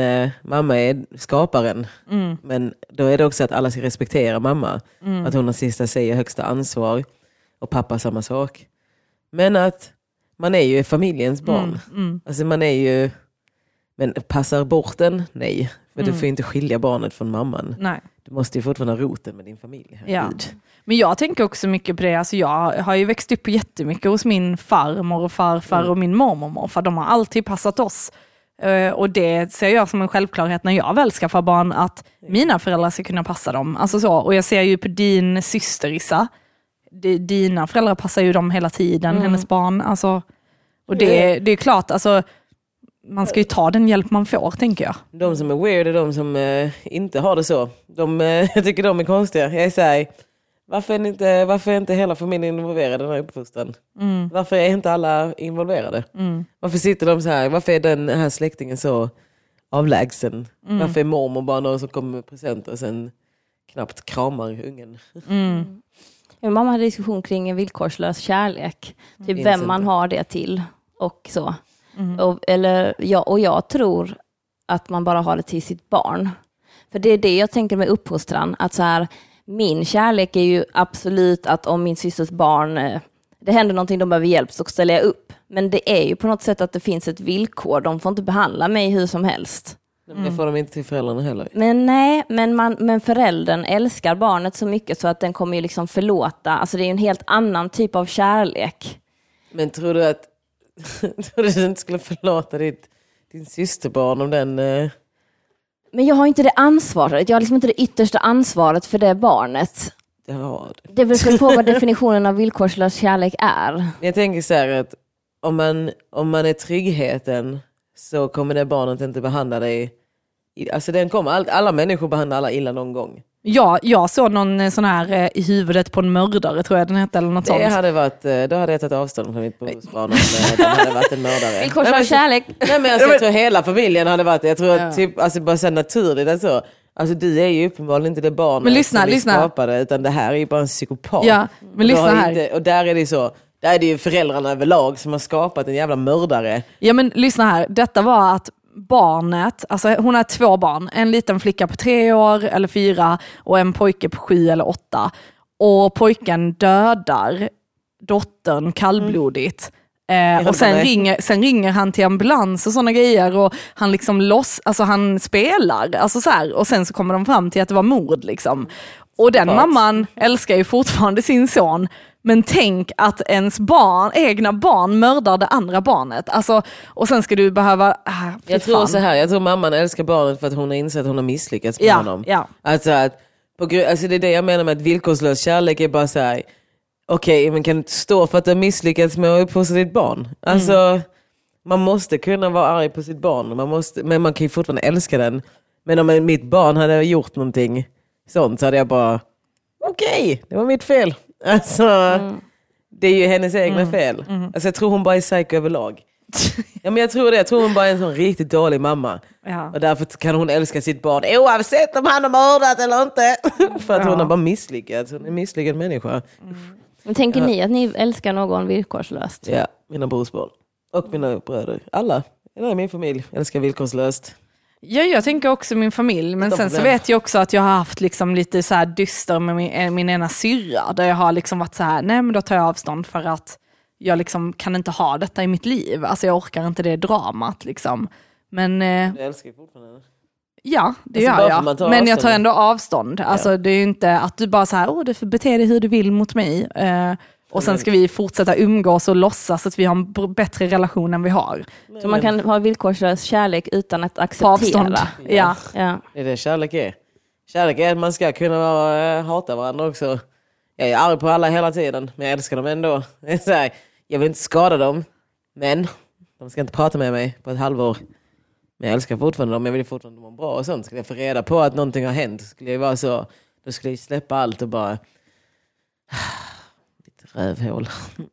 är skaparen. Men då är det också att alla ska respektera mamma. Att hon har sista säger högsta ansvar. Och pappa samma sak. Men att man är ju familjens barn. Alltså man är ju... Men passar bort den? Nej. För du får inte skilja barnet från mamman. Nej. Du måste ju fortfarande ha roten med din familj. Ja. Men jag tänker också mycket på det. Alltså jag har ju växt upp jättemycket hos min farmor och farfar och min mormor och morfar. De har alltid passat oss. Och det ser jag som en självklarhet när jag väl skaffar barn, att mina föräldrar ska kunna passa dem. Alltså så. Och jag ser ju på din syster Issa. Dina föräldrar passar ju dem hela tiden, hennes barn. Alltså, och det är klart, alltså... Man ska ju ta den hjälp man får, tänker jag. De som är weird är de som inte har det så. Jag tycker de är konstiga. Jag säger, varför är inte hela familjen involverad i den här uppfostran? Varför är inte alla involverade? Varför sitter de så här? Varför är den här släktingen så avlägsen? Varför är mormor bara någon som kommer med presenter och sen knappt kramar ungen? Min mamma hade diskussion kring en villkorslös kärlek. Typ vem man har det till och så. Och jag tror att man bara har det till sitt barn. För det är det jag tänker med uppfostran. Att så här, min kärlek är ju absolut att om min systers barn, det händer någonting, de behöver hjälp, så ställer jag upp. Men det är ju på något sätt att det finns ett villkor. De får inte behandla mig hur som helst. Det får de inte till föräldrarna heller. Men nej, men föräldern älskar barnet så mycket så att den kommer ju liksom förlåta. Alltså det är en helt annan typ av kärlek. Men tror du att du inte skulle förlåta din systerbarn om den... Men jag har inte det ansvaret. Jag har liksom inte det yttersta ansvaret för det barnet. Det beror på vad definitionen av villkorslös kärlek är. Jag tänker så här att om man är tryggheten, så kommer det barnet inte behandla dig... Alltså alla människor behandlar alla illa någon gång. Ja, jag såg någon sån här i huvudet på en mördare, tror jag den hette, eller något sånt. Då hade jag tagit avstånd från mitt brorbarn om det hade varit en mördare. Villkorslös kärlek. Nej, men jag tror hela familjen hade varit det. Jag tror att typ, alltså bara så naturligt alltså. Alltså du är ju uppenbarligen inte det barnet som vi skapade, utan det här är ju bara en psykopat. Ja, men lyssna här. Och där är det så. Där är det ju föräldrarna överlag som har skapat en jävla mördare. Ja, men lyssna här. Detta var att barnet, alltså hon har 2 barn, en liten flicka på 3 år eller 4 och en pojke på 7 eller 8, och pojken dödar dottern kallblodigt. Och sen ringer han till ambulans och såna grejer, och han liksom han spelar, alltså så här, och sen så kommer de fram till att det var mord liksom. Och den mamman älskar ju fortfarande sin son, Men tänk att ens egna barn mördar det andra barnet. Alltså, och sen ska du behöva... jag tror så här, jag tror mamman älskar barnet för att hon har insett att hon har misslyckats med honom. Ja. Alltså, alltså det är det jag menar med att villkorslös kärlek är bara så här. Okej, men kan du inte stå för att du har misslyckats med att uppfostra ditt barn? Alltså, man måste kunna vara arg på sitt barn. Men man kan ju fortfarande älska den. Men om mitt barn hade gjort någonting sånt så hade jag bara... Okej, det var mitt fel. Alltså, det är ju hennes egna fel. Alltså, jag tror hon bara är psycho överlag. Ja, men jag tror det. Jag tror hon bara är en sån riktigt dålig mamma. Ja. Och därför kan hon älska sitt barn oavsett om han har mördat eller inte. För att hon har bara misslyckats. Hon är en misslyckad människa. Men tänker ni att ni älskar någon villkorslöst? Ja, mina brorsbarn. Och mina bröder. Alla i min familj älskar villkorslöst. Ja, jag tänker också min familj, men sen så vet jag också att jag har haft liksom lite så här dyster med min ena syrra, där jag har liksom varit så här, nej men då tar jag avstånd för att jag liksom kan inte ha detta i mitt liv. Alltså jag orkar inte det dramat liksom. Men... Du älskar fortfarande? Ja, det gör jag. Men jag tar ändå avstånd. Alltså det är ju inte att du bara så här, du får bete dig hur du vill mot mig. Och sen ska vi fortsätta umgås och låtsas att vi har en bättre relation än vi har. Så man kan ha villkorslös kärlek utan att acceptera. Ja. Det är det kärlek är. Kärlek är att man ska kunna hata varandra också. Jag är arg på alla hela tiden, men jag älskar dem ändå. Det är så här, jag vill inte skada dem, men de ska inte prata med mig på ett halvår. Men jag älskar fortfarande dem, jag vill fortfarande må bra och sånt. Skulle jag få reda på att någonting har hänt, skulle jag vara så, då skulle jag släppa allt och bara... Rövhål.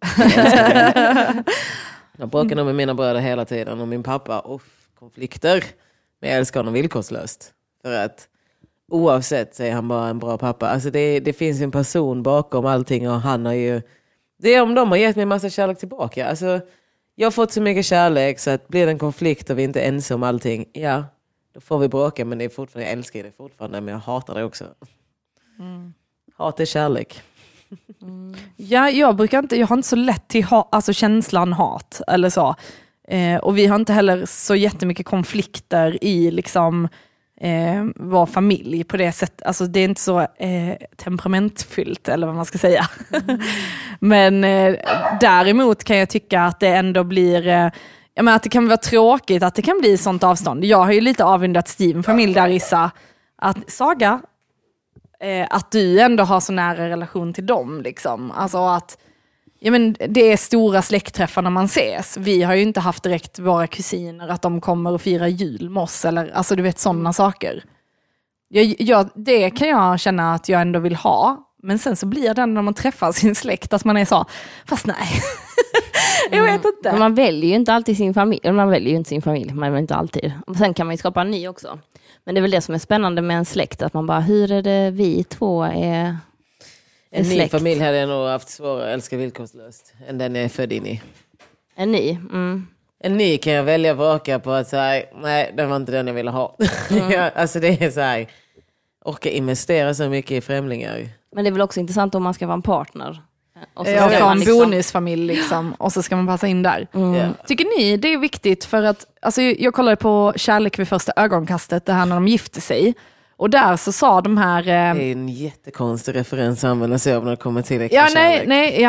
Jag bråkar med mina bröder hela tiden och min pappa, konflikter. Men jag älskar honom villkorslöst. För att oavsett så är han bara en bra pappa. Alltså det finns en person bakom allting och han har ju... Det är om de har gett mig en massa kärlek tillbaka. Alltså, jag har fått så mycket kärlek så att blir det en konflikt och vi inte är ense om allting, ja, då får vi bråka, men det är fortfarande, jag älskar det fortfarande, men jag hatar det också. Hat är kärlek. Ja, jag har inte så lätt till alltså känslan hat eller så. Och vi har inte heller så jättemycket konflikter i liksom vår familj på det sättet. Alltså det är inte så temperamentfyllt eller vad man ska säga. Men däremot kan jag tycka att det ändå blir att det kan vara tråkigt att det kan bli sånt avstånd. Jag har ju lite avundat Steven familj där, Issa, att Saga, att du ändå har så nära relation till dem liksom. Alltså att det är stora släktträffar när man ses. Vi har ju inte haft direkt våra kusiner att de kommer och firar jul med oss eller alltså du vet sådana saker. Det kan jag känna att jag ändå vill ha, men sen så blir det när man träffar sin släkt att man är så, fast nej. Jag vet inte. Men man väljer ju inte alltid sin familj. Man väljer ju inte sin familj, man väljer inte alltid. Och sen kan man ju skapa en ny också. Men det är väl det som är spännande med en släkt, att man bara, hur är det vi två är en släkt? ny familj hade jag nog haft svårare att älska villkorslöst än den jag är född in i. En ny? En ny kan jag välja att vraka på att säga, nej, det var inte den jag ville ha. Alltså det är så här, orka investera så mycket i främlingar. Men det är väl också intressant om man ska vara en partner. Och så ska man en bonusfamilj liksom, och så ska man passa in där. Tycker ni det är viktigt? För att alltså, jag kollade på Kärlek vid första ögonkastet, det här när de gifte sig. Och där så sa de här... Det är en jättekonstig referens att använda sig av när det kommer till äkta kärlek. Nej.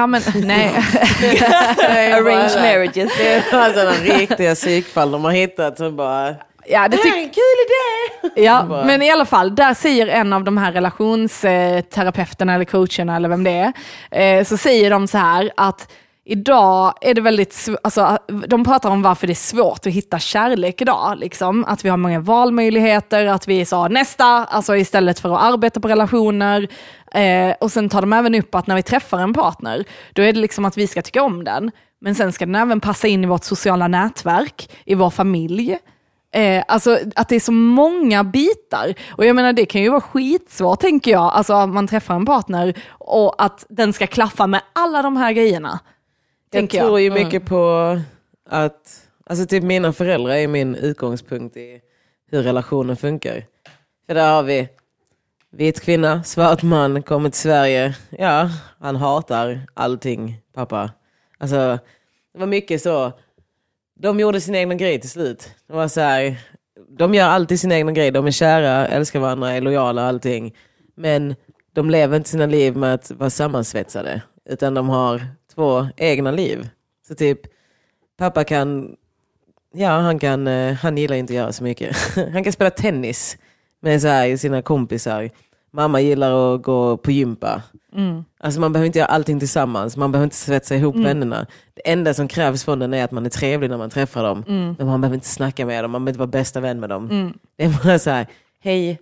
Arranged marriages. Det är sådana riktiga psykfall de har hittat som bara... Ja, det är en kul idé! Ja, men i alla fall, där säger en av de här relationsterapeuterna eller coacherna eller vem det är, så säger de så här att idag är det väldigt, alltså de pratar om varför det är svårt att hitta kärlek idag, liksom. Att vi har många valmöjligheter, att vi sa nästa, alltså istället för att arbeta på relationer. Och sen tar de även upp att när vi träffar en partner, då är det liksom att vi ska tycka om den, men sen ska den även passa in i vårt sociala nätverk, i vår familj. Alltså att det är så många bitar. Och jag menar, det kan ju vara skitsvårt, tänker jag. Alltså att man träffar en partner och att den ska klaffa med alla de här grejerna. Jag tror ju mycket på att, alltså typ mina föräldrar är min utgångspunkt i hur relationen funkar. För där har vi vit kvinna, svart man, kommer till Sverige. Ja, han hatar allting, pappa. Alltså det var mycket så. De gjorde sin egna grej till slut. Det var så här, de gör alltid sin egna grej. De är kära, älskar varandra, är lojala och allting. Men de lever inte sina liv med att vara sammansvetsade. utan de har 2 egna liv. Så typ, pappa kan, han gillar inte att göra så mycket. Han kan spela tennis med så här, sina kompisar. Mamma gillar att gå på gympa. Alltså man behöver inte göra allting tillsammans. Man behöver inte svetsa ihop vännerna. Det enda som krävs från den är att man är trevlig när man träffar dem. Men man behöver inte snacka med dem. Man behöver inte vara bästa vän med dem. Det är bara så här, hej,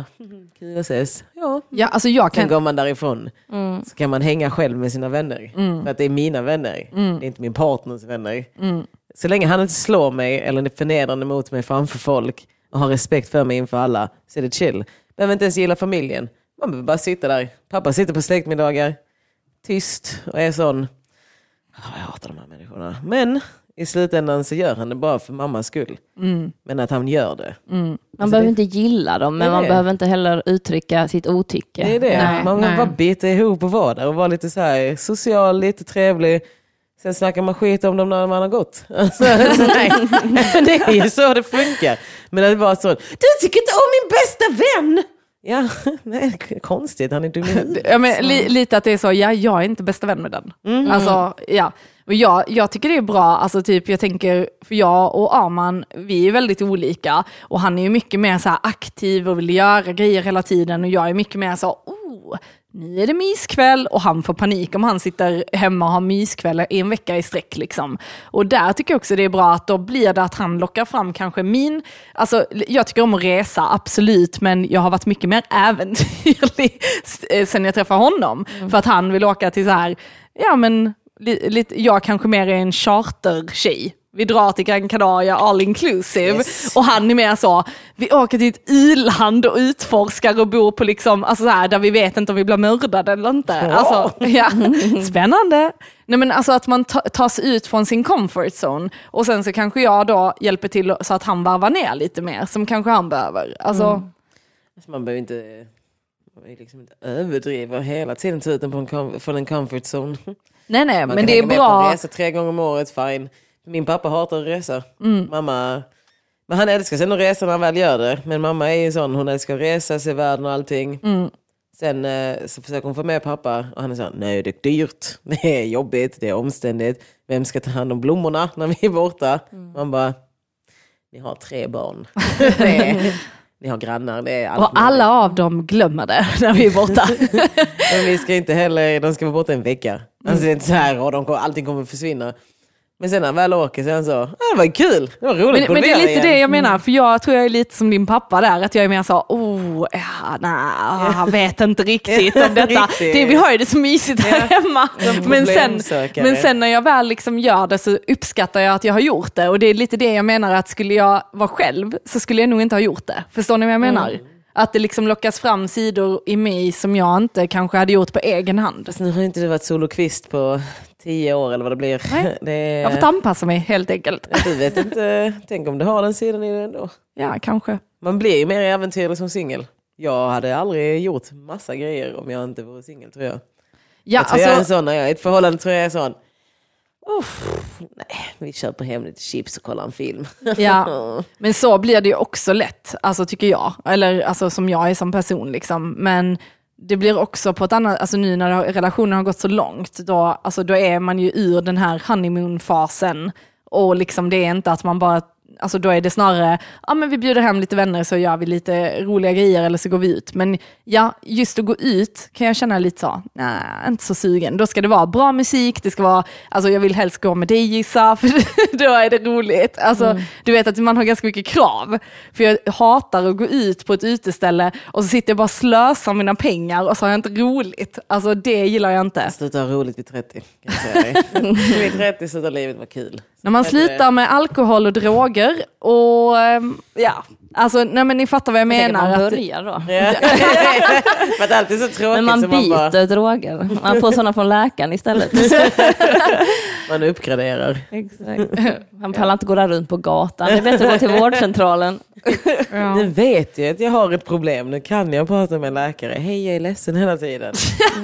kul att ses. Ja, alltså jag kan... Sen går man därifrån. Så kan man hänga själv med sina vänner. För att det är mina vänner. Det är inte min partners vänner. Så länge han inte slår mig eller är förnedrande mot mig framför folk och har respekt för mig inför alla, så är det chill. Behöver inte ens gilla familjen. Man behöver bara sitta där. Pappa sitter på släktmiddagar, tyst och är sån. Jag hatar de här människorna. Men i slutändan så gör han det bara för mammas skull. Men att han gör det. Man behöver inte gilla dem, men man behöver inte heller uttrycka sitt otycke. Det är det. Man behöver bara bita ihop och vara där och vara lite så här social, lite trevlig. Sen snackar man skit om dem när man har gått. Alltså, nej. Det är ju så det funkar. Men det var så, du tycker inte om min bästa vän! Ja, nej, konstigt. Han är dum. Ja, men lite att det är så, jag är inte bästa vän med den. Alltså, ja. Och jag tycker det är bra, alltså typ jag tänker, för jag och Arman, vi är väldigt olika. Och han är ju mycket mer så här aktiv och vill göra grejer hela tiden. Och jag är mycket mer så, nu är det myskväll, och han får panik om han sitter hemma och har myskväll en vecka i sträck liksom. Och där tycker jag också det är bra att då blir det att han lockar fram kanske alltså jag tycker om att resa, absolut, men jag har varit mycket mer äventyrlig sen jag träffade honom. För att han vill åka till så här, ja men jag kanske mer är en chartertjej. Vi drar till Gran Canaria all inclusive. Yes. Och han är mer så, vi åker till ett i-land och utforskar och bor på liksom, alltså så här, där vi vet inte om vi blir mördade eller inte. Alltså, ja, spännande. Nej, men alltså att man tar sig ut från sin comfort zone. Och sen så kanske jag då hjälper till så att han varvar ner lite mer, som kanske han behöver. Alltså man behöver inte liksom inte överdriva hela tiden tiden från en comfort zone. Nej, man men det är bra. Man kan resa 3 gånger om året, fine. Min pappa hatar att resa. Mamma, men han älskar sen att resa när han väl gör det. Men mamma är ju sån, hon älskar att resa, se världen och allting. Sen så försöker hon få med pappa. Och han är sån, nej det är dyrt. Det är jobbigt, det är omständigt. Vem ska ta hand om blommorna när vi är borta? Man bara, ni har 3 barn. Ni har grannar. Det är allt. Och alla av dem glömmer det när vi är borta. Men vi ska inte heller, de ska vara borta en vecka. Alltså det är inte så här, och allting kommer försvinna. Men sen när han väl åker sen så, det var kul, det var roligt. Men det är lite det jag menar, för jag tror jag är lite som din pappa där, att jag är mer så, jag vet inte riktigt om detta. Vi har ju det så mysigt här hemma. Men sen när jag väl liksom gör det så uppskattar jag att jag har gjort det. Och det är lite det jag menar, att skulle jag vara själv så skulle jag nog inte ha gjort det. Förstår ni vad jag menar? Att det liksom lockas fram sidor i mig som jag inte kanske hade gjort på egen hand. Fast nu har inte du varit solokvist på 10 år eller vad det blir. Jag har fått anpassa mig helt enkelt. Du vet inte, tänk om du har den sidan i det ändå. Ja, kanske. Man blir ju mer äventyrlig som singel. Jag hade aldrig gjort massa grejer om jag inte vore singel, tror jag. Jag tror jag är en sån, när jag är i ett förhållande tror jag är sån. Nej, vi köper hem lite chips och kollar en film. Ja, men så blir det ju också lätt, alltså tycker jag. Eller alltså som jag är som person liksom. Men det blir också på ett annat, alltså nu när relationen har gått så långt, då är man ju ur den här honeymoon-fasen. Och liksom det är inte att man bara, alltså då är det snarare, men vi bjuder hem lite vänner så gör vi lite roliga grejer eller så går vi ut. Men ja, just att gå ut kan jag känna lite så, nej, inte så sugen. Då ska det vara bra musik, det ska vara, alltså jag vill helst gå med dig Gissa, för då är det roligt. Alltså du vet att man har ganska mycket krav. För jag hatar att gå ut på ett uteställe och så sitter jag bara och slösar mina pengar och så har jag inte roligt. Alltså det gillar jag inte. Sluta ha roligt vid 30, kan jag säga dig. Vid 30 slutar livet vara kul. När man slutar med alkohol och droger och ja, alltså nej, men ni fattar vad jag menar. Man börjar då. För att allt är så tråkigt. Men man byter droger. Man får sådana från läkaren istället. Man uppgraderar. Exakt. Man pallar inte gå där runt på gatan. Det är bättre att gå till vårdcentralen. Ja. Nu vet jag att jag har ett problem. Nu kan jag prata med en läkare. Hej, jag är ledsen hela tiden.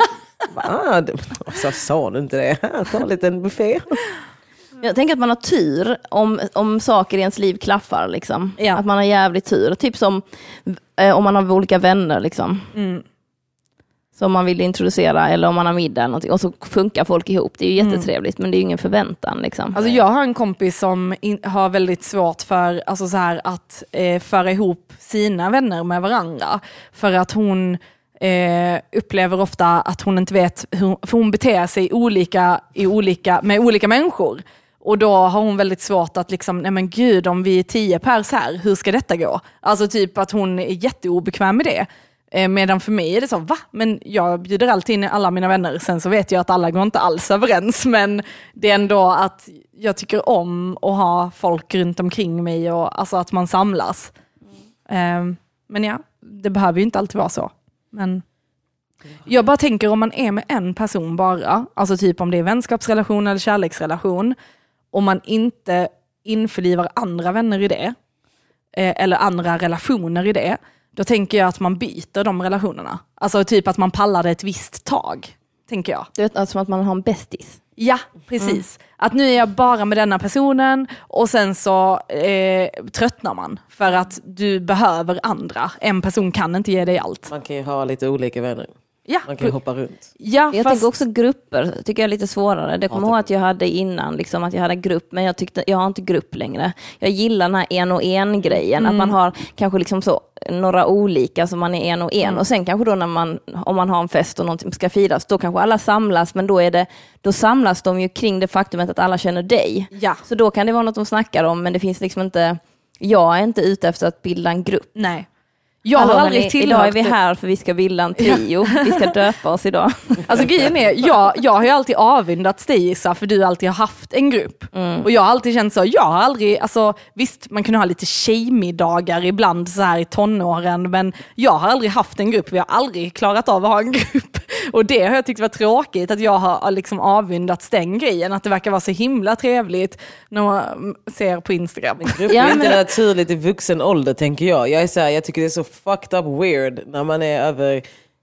Så sa du inte det? Ta en liten buffé. Jag tänker att man har tur om saker i ens liv klaffar liksom. Ja. Att man har jävligt tur. Typ som om man har olika vänner liksom. som man vill introducera, eller om man har middag eller någonting, och så funkar folk ihop. Det är ju jättetrevligt, men det är ju ingen förväntan liksom. Alltså jag har en kompis som har väldigt svårt för alltså så här, att föra ihop sina vänner med varandra, för att hon upplever ofta att hon inte vet för hon beter sig med olika människor. Och då har hon väldigt svårt att liksom, nej men gud, om vi är 10 pers här, hur ska detta gå? Alltså typ att hon är jätteobekväm med det. Medan för mig är det så, va? Men jag bjuder alltid in alla mina vänner. Sen så vet jag att alla går inte alls överens. Men det är ändå att jag tycker om att ha folk runt omkring mig. Och alltså att man samlas. Men ja, det behöver ju inte alltid vara så. Men jag bara tänker om man är med en person bara. Alltså typ om det är vänskapsrelation eller kärleksrelation. Om man inte införlivar andra vänner i det. Eller andra relationer i det. Då tänker jag att man byter de relationerna. Alltså typ att man pallar det ett visst tag, tänker jag. Du vet, som att man har en bästis. Ja, precis. Att nu är jag bara med denna personen och sen så tröttnar man. För att du behöver andra. En person kan inte ge dig allt. Man kan ju ha lite olika vänner. Ja. Man kan hoppa runt. Ja, jag tänker också grupper, tycker jag är lite svårare. Det kommer ihåg att jag hade innan, liksom, att jag hade grupp, men jag har inte grupp längre. Jag gillar den här 1-och-1-grejen, att man har kanske liksom så några olika som man är 1-och-1. Och sen kanske då om man har en fest och någonting ska firas, då kanske alla samlas, men då samlas de ju kring det faktumet att alla känner dig. Ja. Så då kan det vara något de snackar om, men det finns liksom inte, jag är inte ute efter att bilda en grupp. Nej. Jag har aldrig idag är vi här för vi ska bilda en trio. Vi ska döpa oss idag. Alltså grejen är, jag har ju alltid avundats dig, Issa, för du alltid har haft en grupp. Och jag har alltid känt så, jag har aldrig, alltså visst man kunde ha lite tjejmiddagar ibland så här i tonåren, men jag har aldrig haft en grupp, vi har aldrig klarat av att ha en grupp. Och det har jag tyckt var tråkigt, att jag har liksom avundats den grejen, att det verkar vara så himla trevligt när man ser på Instagram. Grupp är inte naturligt i vuxen ålder, tänker jag. Jag tycker det är så fucked up weird när man är över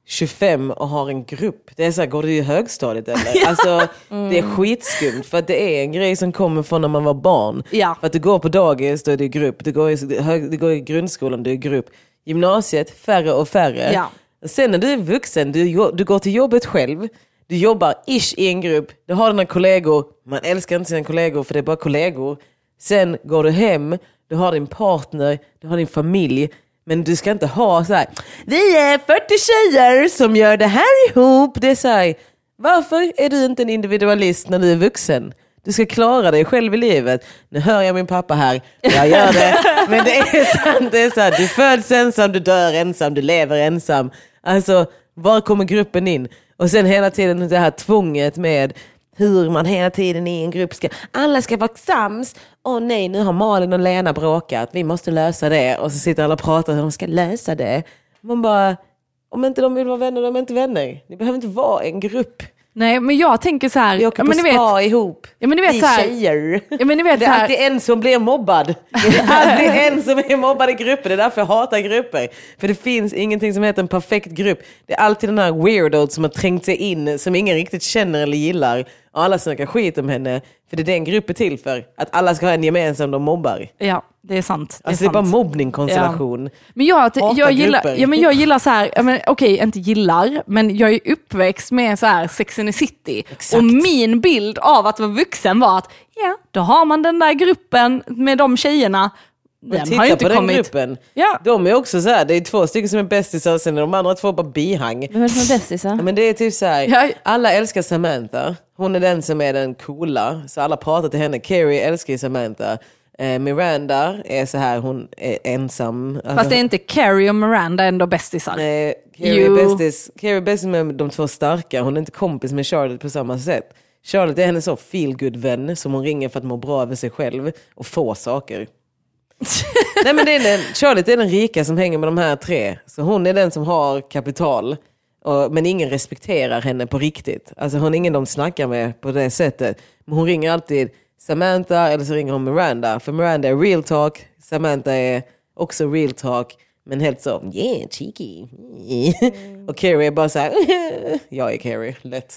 25 och har en grupp. Det är så här, går du i högstadiet eller? Alltså, det är skitskumt, för att det är en grej som kommer från när man var barn. Ja. För att du går på dagis, då är det grupp. Du går i grundskolan, det är grupp. Gymnasiet, färre och färre. Ja. Sen när du är vuxen, du går till jobbet själv. Du jobbar i en grupp. Du har dina kollegor. Man älskar inte sina kollegor för det är bara kollegor. Sen går du hem. Du har din partner. Du har din familj. Men du ska inte ha så här, vi är 40 tjejer som gör det här ihop. Det är så här, varför är du inte en individualist när du är vuxen? Du ska klara dig själv i livet. Nu hör jag min pappa här. Jag gör det. Men det är sant. Det är så här, du föds ensam, du dör ensam, du lever ensam. Alltså, var kommer gruppen in? Och sen hela tiden det här tvånget med hur man hela tiden i en grupp alla ska vara sams. Nej, nu har Malin och Lena bråkat. Vi måste lösa det. Och så sitter alla och pratar hur de ska lösa det. Man bara, om inte de vill vara vänner, de är inte vänner. Ni behöver inte vara en grupp. Nej, men jag tänker så här, vi åker på spa ihop. Ja, men ni vet så här, tjejer. Ja, men ni vet det är så här, alltid en som blir mobbad. Det är alltid en som är mobbad i grupper. Det är därför jag hatar grupper. För det finns ingenting som heter en perfekt grupp. Det är alltid den här weirdo som har trängt sig in, som ingen riktigt känner eller gillar. Och alla snackar skit om henne. För det är den gruppen till för. Att alla ska ha en gemensam de mobbar. Ja, det är sant. Det är bara mobbningkonstellation. Ja. Men jag gillar så här, okej, inte gillar, men jag är uppväxt med så här Sex and the City. Exakt. Och min bild av att vara vuxen var att då har man den där gruppen med de tjejerna. Den har ju inte kommit. Gruppen. Ja. De är också så här, det är 2 stycken som är bästisar och sen är de andra 2 bara bihang. Vem är som är bästisar? Men det är typ så här, alla älskar Samantha. Hon är den som är den coola, så alla pratar till henne. Carrie älskar Samantha. Miranda är så här, hon är ensam. Fast det är inte Carrie och Miranda ändå bästisar. Nej, Carrie är bästis med de 2 starka. Hon är inte kompis med Charlotte på samma sätt. Charlotte är hennes så feel-good-vän som hon ringer för att må bra över sig själv och få saker. Nej, men Charlotte är den rika som hänger med de här 3. Så hon är den som har kapital. Men ingen respekterar henne på riktigt. Alltså hon är ingen de snackar med på det sättet. Men hon ringer alltid Samantha eller så ringer hon Miranda. För Miranda är real talk. Samantha är också real talk. Men helt så, cheeky. Och Carrie är bara så här, jag är Carrie, lätt.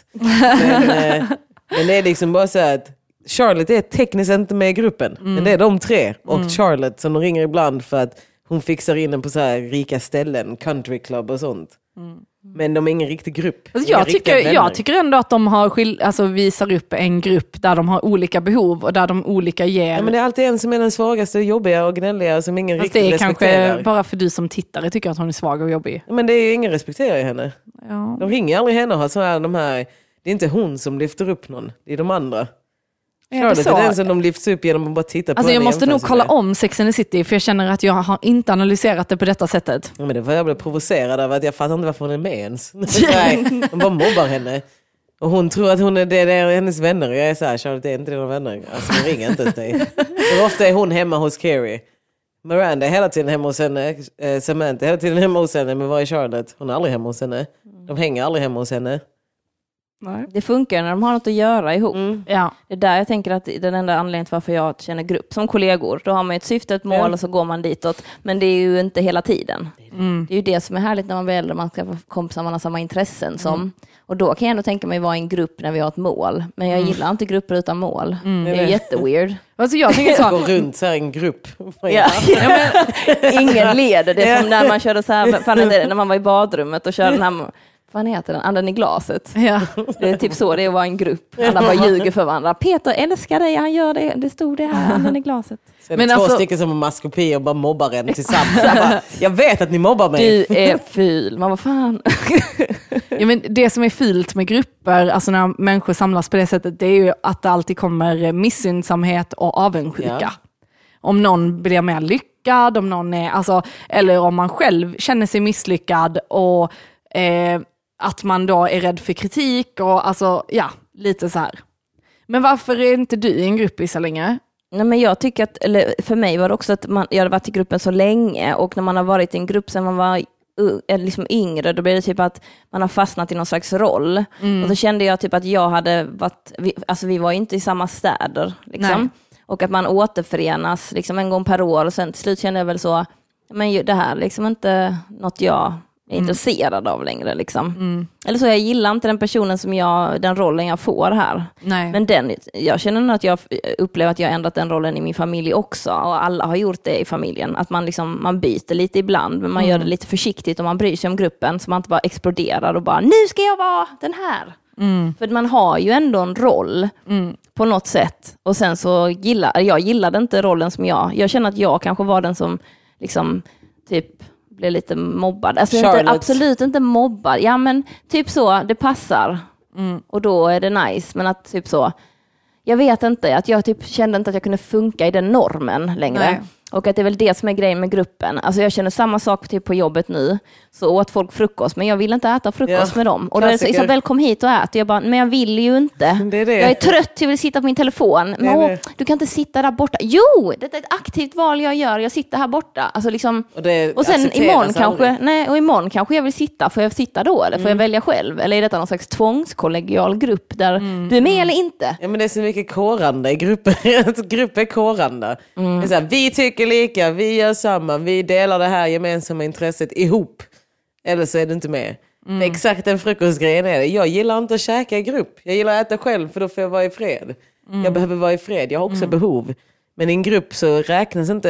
Men det är liksom bara så här att Charlotte är tekniskt inte med i gruppen. Men det är de 3. Och Charlotte som de ringer ibland för att hon fixar in den på så här rika ställen, country club och sånt. Men de är ingen riktig grupp. Alltså jag tycker ändå att de har visar upp en grupp där de har olika behov och där de olika ger. Ja, men det är alltid en som är den svagaste, jobbiga och gnälliga som ingen riktigt respekterar. Det är kanske bara för du som tittare tycker att hon är svag och jobbig. Ja, men det är ingen respekterar henne. Ja. De ringer aldrig henne och har så här, det är inte hon som lyfter upp någon, det är de andra. Charlotte är den som de lyfts upp genom att bara titta på. Alltså jag måste nog kolla om Sex and the City, för jag känner att jag har inte analyserat det på detta sättet. Ja, men det var jag blev provocerad av att jag fattar inte varför hon är med ens. De bara mobbar henne. Och hon tror att det är hennes vänner. Jag är så här, Charlotte, det är inte dina vänner. Alltså hon ringer inte ens dig. För ofta är hon hemma hos Carrie. Miranda är hela tiden hemma hos henne. Samantha är hela tiden hemma hos henne. Men vad är Charlotte? Hon är aldrig hemma hos henne. De hänger aldrig hemma hos henne. Nej. Det funkar när de har något att göra ihop. Ja. Det är där jag tänker att den enda anledningen till varför jag känner grupp som kollegor. Då har man ett syfte, ett mål och så går man ditåt. Men det är ju inte hela tiden. Det är ju det som är härligt när man blir äldre. Man ska få kompisar, man har samma intressen som. Och då kan jag ändå tänka mig vara i en grupp när vi har ett mål. Men jag gillar inte grupper utan mål. Det är jätteweird. Alltså jag tänker så. Gå runt så här i en grupp. Ingen leder. Det är som när man körde så här, när man var i badrummet och körde den här... Vad heter den? Anden i glaset. Ja. Det är typ så det var en grupp. Alla bara ljuger för varandra. Peter älskar dig, han gör det. Det stod det här, anden i glaset. Så är det två stycken som har maskopi och bara mobbar en tillsammans. Jag vet att ni mobbar mig. Du är ful. Man, vad fan? Ja, men det som är fult med grupper, alltså när människor samlas på det sättet, det är ju att det alltid kommer missunnsamhet och avundsjuka. Ja. Om någon blir mer lyckad, om någon är, alltså, eller om man själv känner sig misslyckad och att man då är rädd för kritik och alltså, lite så här. Men varför är inte du i en grupp i så länge? Nej, men jag tycker att, eller för mig var det också att jag hade varit i gruppen så länge och när man har varit i en grupp sen man var liksom yngre, då blir det typ att man har fastnat i någon slags roll. Och så kände jag typ att jag hade varit, vi var inte i samma städer liksom. Nej. Och att man återförenas liksom en gång per år och sen till slut kände jag väl så, men det här liksom inte något jag är intresserad av längre liksom. Eller så jag gillar inte den personen den rollen jag får här. Nej. Men jag känner nog att jag upplever att jag har ändrat den rollen i min familj också, och alla har gjort det i familjen, att man byter lite ibland, men man gör det lite försiktigt och man bryr sig om gruppen så man inte bara exploderar och bara, nu ska jag vara den här. För man har ju ändå en roll på något sätt, och sen så gillade inte rollen som jag känner att jag kanske var den som liksom typ blev lite mobbad. Alltså absolut inte mobbad. Ja, men typ så, det passar. Och då är det nice. Men att typ så, jag vet inte, att jag typ kände inte att jag kunde funka i den normen längre. Nej. Och att det är väl det som är grejen med gruppen. Alltså jag känner samma sak typ på jobbet nu. Så åt folk frukost, men jag vill inte äta frukost med dem. Och då är det så, Isabel, kom hit och ät. Och jag bara, men jag vill ju inte. Det är det. Jag är trött, jag vill sitta på min telefon. Men du kan inte sitta där borta. Jo, det är ett aktivt val jag gör. Jag sitter här borta. Alltså liksom, och sen imorgon kanske jag vill sitta. Får jag sitta då? Eller får jag välja själv? Eller är detta någon slags tvångskollegial grupp där du är med eller inte? Ja, men det är så mycket kårande i grupper. Grupper är kårande. Det är så här, vi tycker lika, vi gör samma, vi delar det här gemensamma intresset ihop. Eller så är du inte med. Det är exakt den frukostgrejen är det. Jag gillar inte att käka i grupp. Jag gillar att äta själv, för då får jag vara i fred. Jag behöver vara i fred. Jag har också behov. Men i en grupp så räknar inte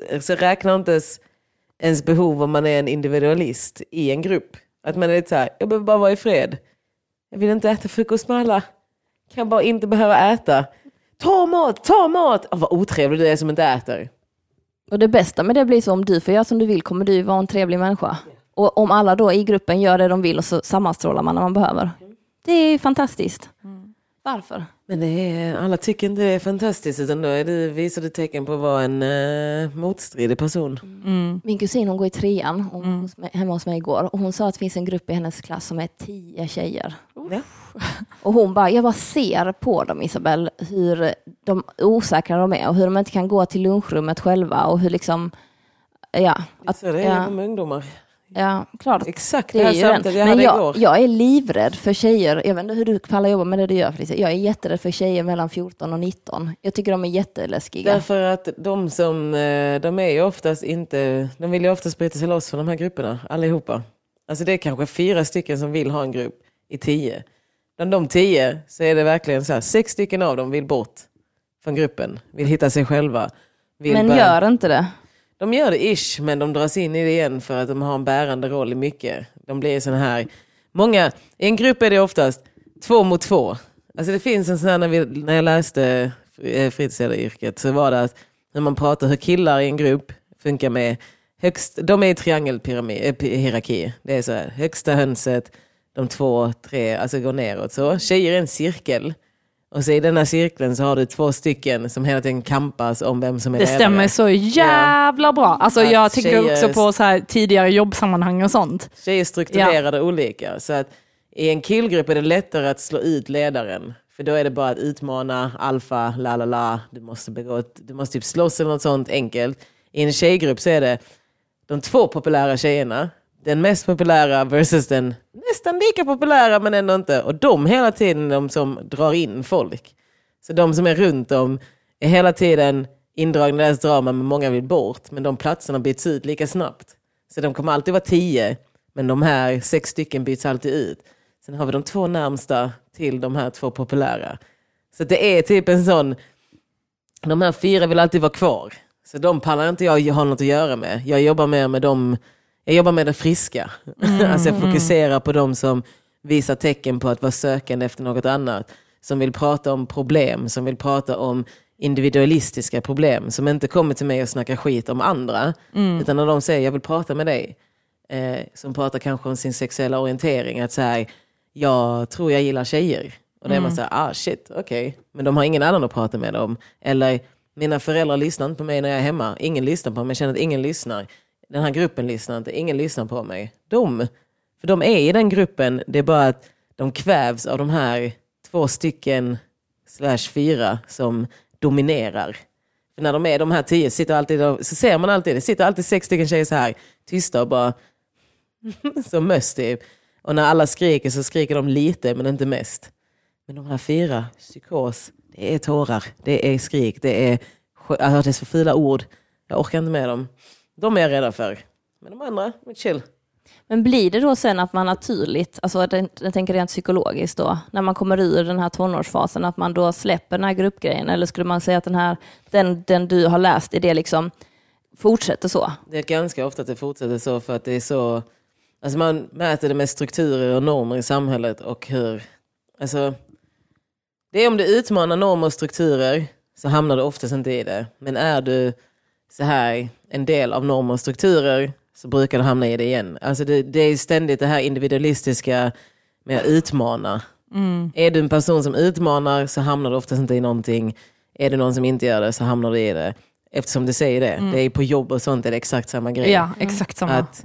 ens behov om man är en individualist i en grupp. Att man är lite så här, jag behöver bara vara i fred. Jag vill inte äta frukost med alla. Kan bara inte behöva äta. Ta mat! Vad otrevlig du är som inte äter. Och det bästa med det blir så, om du får göra som du vill kommer du vara en trevlig människa. Och om alla då i gruppen gör det de vill och så sammanstrålar man när man behöver. Det är fantastiskt. Varför? Men alla tycker inte det är fantastiskt, utan då visar det tecken på att vara en motstridig person. Min kusin, hon går i 3:an hemma hos mig igår. Och hon sa att det finns en grupp i hennes klass som är 10 tjejer. Ja. Och jag bara ser på dem, Isabel, hur de osäkra de är och hur de inte kan gå till lunchrummet själva och hur liksom, så det är med ungdomar. Ja, klart. Exakt, det är ju den. Men jag är livrädd för tjejer. Jag vet inte hur du pallar jobba med det du gör, Felicia. Jag är jätterädd för tjejer mellan 14 och 19. Jag tycker de är jätteläskiga. Därför att de är ju oftast inte, de vill ju oftast bryta sig loss från de här grupperna, allihopa. Alltså det är kanske 4 stycken som vill ha en grupp i 10. Bland de 10 så är det verkligen så här, 6 stycken av dem vill bort från gruppen. Vill hitta sig själva. Men gör inte det? De gör det men de dras in i det igen för att de har en bärande roll i mycket. De blir såna här I en grupp är det oftast 2 mot 2. Alltså det finns en sån här, när jag läste fritidsledaryrket så var det att när man pratar hur killar i en grupp funkar med de är i triangelhierarki. Det är så här, högsta hönset, de 2, 3, alltså går neråt så. Tjejer är en cirkel. Och så i den här cirkeln så har du 2 stycken som hela tiden kampas om vem som är ledare. Det stämmer så jävla bra. Alltså jag tänker också på så här tidigare jobbsammanhang och sånt. Tjejer strukturerade olika. Så att i en killgrupp är det lättare att slå ut ledaren. För då är det bara att utmana alfa, du måste typ slåss eller något sånt enkelt. I en tjejgrupp så är det de 2 populära tjejerna. Den mest populära versus den nästan lika populära men ändå inte. Och de hela tiden de som drar in folk. Så de som är runt om är hela tiden indragna i deras drama men många vill bort. Men de platserna byts ut lika snabbt. Så de kommer alltid vara 10 men de här 6 stycken byts alltid ut. Sen har vi de 2 närmsta till de här 2 populära. Så det är typ en sån, de här 4 vill alltid vara kvar. Så de pallar inte jag ha något att göra med. Jag jobbar mer med dem. Jag jobbar med det friska. Alltså jag fokuserar på dem som visar tecken på att vara sökande efter något annat. Som vill prata om problem. Som vill prata om individualistiska problem. Som inte kommer till mig och snackar skit om andra. Utan när de säger jag vill prata med dig. Som pratar kanske om sin sexuella orientering. Att säga jag tror jag gillar tjejer. Och det är man säger shit, okej. Men de har ingen annan att prata med dem. Eller mina föräldrar lyssnar inte på mig när jag är hemma. Ingen lyssnar på mig. Jag känner att ingen lyssnar. Den här gruppen lyssnar inte. Ingen lyssnar på mig. För de är i den gruppen. Det är bara att de kvävs av de här 2 stycken /4 som dominerar. För när de är de här 10 sitter alltid, så ser man alltid, det sitter alltid 6 stycken tjejer så här tysta och bara som möss typ. Och när alla skriker så skriker de lite men inte mest. Men de här 4, psykos, det är tårar, det är skrik, det är så fula ord. Jag orkar inte med dem. De är jag rädda för. Men de andra, chill. Men blir det då sen att man naturligt, alltså jag tänker rent psykologiskt då, när man kommer ur den här tonårsfasen, att man då släpper den här gruppgrejen? Eller skulle man säga att den du har läst i det liksom fortsätter så? Det är ganska ofta att det fortsätter så för att det är så, alltså man mäter det med strukturer och normer i samhället och hur, alltså det är om du utmanar normer och strukturer så hamnar du oftast inte i det. Men är du så här en del av normer och strukturer så brukar du hamna i det igen. Alltså det är ständigt det här individualistiska med att utmana. Är du en person som utmanar så hamnar du oftast inte i någonting. Är du någon som inte gör det så hamnar du i det. Eftersom du säger det. Det är på jobb och sånt är det exakt samma grej. Ja, exakt samma. Att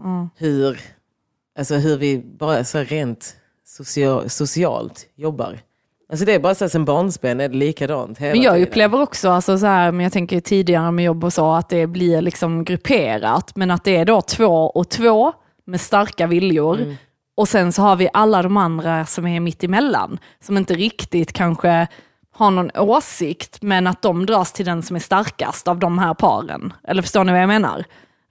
hur vi bara så rent socialt jobbar. Alltså det är bara så att sen barnsben är det likadant hela Men jag tiden. upplever också, alltså så här, men jag tänker tidigare med jobb och så, att det blir liksom grupperat. Men att det är då 2 och 2 med starka viljor. Och sen så har vi alla de andra som är mitt emellan. Som inte riktigt kanske har någon åsikt, men att de dras till den som är starkast av de här paren. Eller förstår ni vad jag menar?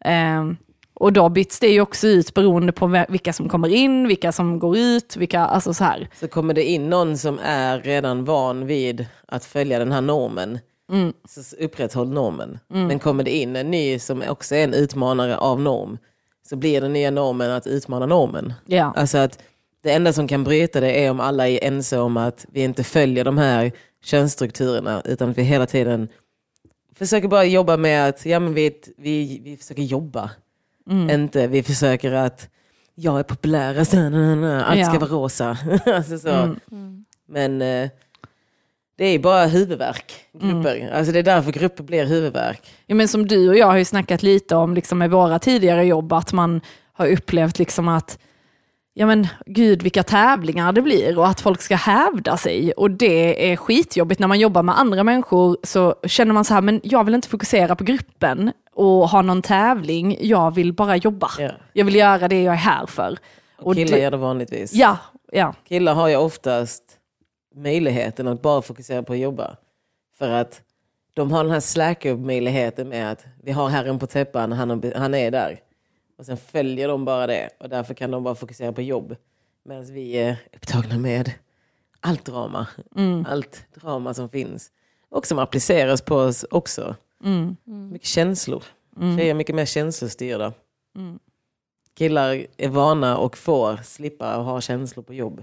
Och då byts det ju också ut beroende på vilka som kommer in, vilka som går ut, alltså så här. Så kommer det in någon som är redan van vid att följa den här normen. Så upprätthåll normen. Men kommer det in en ny som också är en utmanare av norm, så blir den nya normen att utmana normen. Ja. Alltså att det enda som kan bryta det är om alla är ense om att vi inte följer de här könsstrukturerna, utan vi hela tiden försöker bara jobba med att vi försöker jobba. Inte vi försöker att jag är populär, allt ska vara rosa. Alltså så. Men det är bara huvudvärk. Grupper. Alltså det är därför grupper blir huvudvärk. Ja, men som du och jag har ju snackat lite om liksom med våra tidigare jobb, att man har upplevt liksom att ja men gud vilka tävlingar det blir och att folk ska hävda sig, och det är skitjobbigt när man jobbar med andra människor. Så känner man så här, men jag vill inte fokusera på gruppen och ha någon tävling, jag vill bara jobba. Jag vill göra det jag är här för. Och killar gör det vanligtvis. Ja. Killar har ju oftast möjligheten att bara fokusera på att jobba. För att de har den här slack-up-möjligheten med att vi har herren på täppan, han är där. Och sen följer de bara det. Och därför kan de bara fokusera på jobb. Medan vi är upptagna med allt drama. Allt drama som finns. Och som appliceras på oss också. Mycket känslor. Tjejer är mycket mer känslostyrda. killar är vana och får slippa och ha känslor på jobb.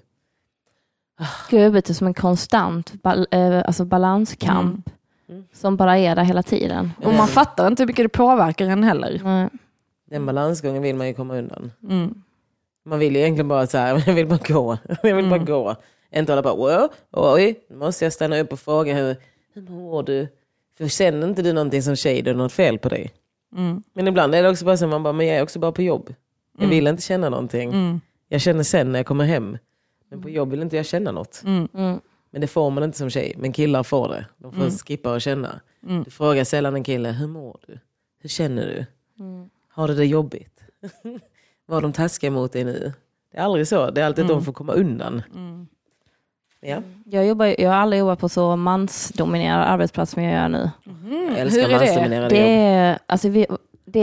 Gud, det är som en konstant balanskamp som bara är där hela tiden. Och man fattar inte hur mycket det påverkar en heller. Den balansgången vill man ju komma undan. Man vill ju egentligen bara så här, jag vill bara gå. Jag vill bara gå. Inte hålla på, oj, måste jag stanna upp och fråga hur mår du? För känner inte du någonting som tjej, det är något fel på dig. Men ibland är det också bara så man bara, men jag är också bara på jobb. Jag vill inte känna någonting. Jag känner sen när jag kommer hem. Men på jobb vill inte jag känna något. Men det får man inte som tjej. Men killar får det. De får skippa och känna. Du frågar sällan en kille, hur mår du? Hur känner du? Har du det jobbigt? Var de taskiga mot dig nu? Det är aldrig så. Det är alltid att de får komma undan. Ja. Jag har aldrig jobbat på så mansdominerad arbetsplats som jag gör nu. Jag älskar mansdominerade jobb.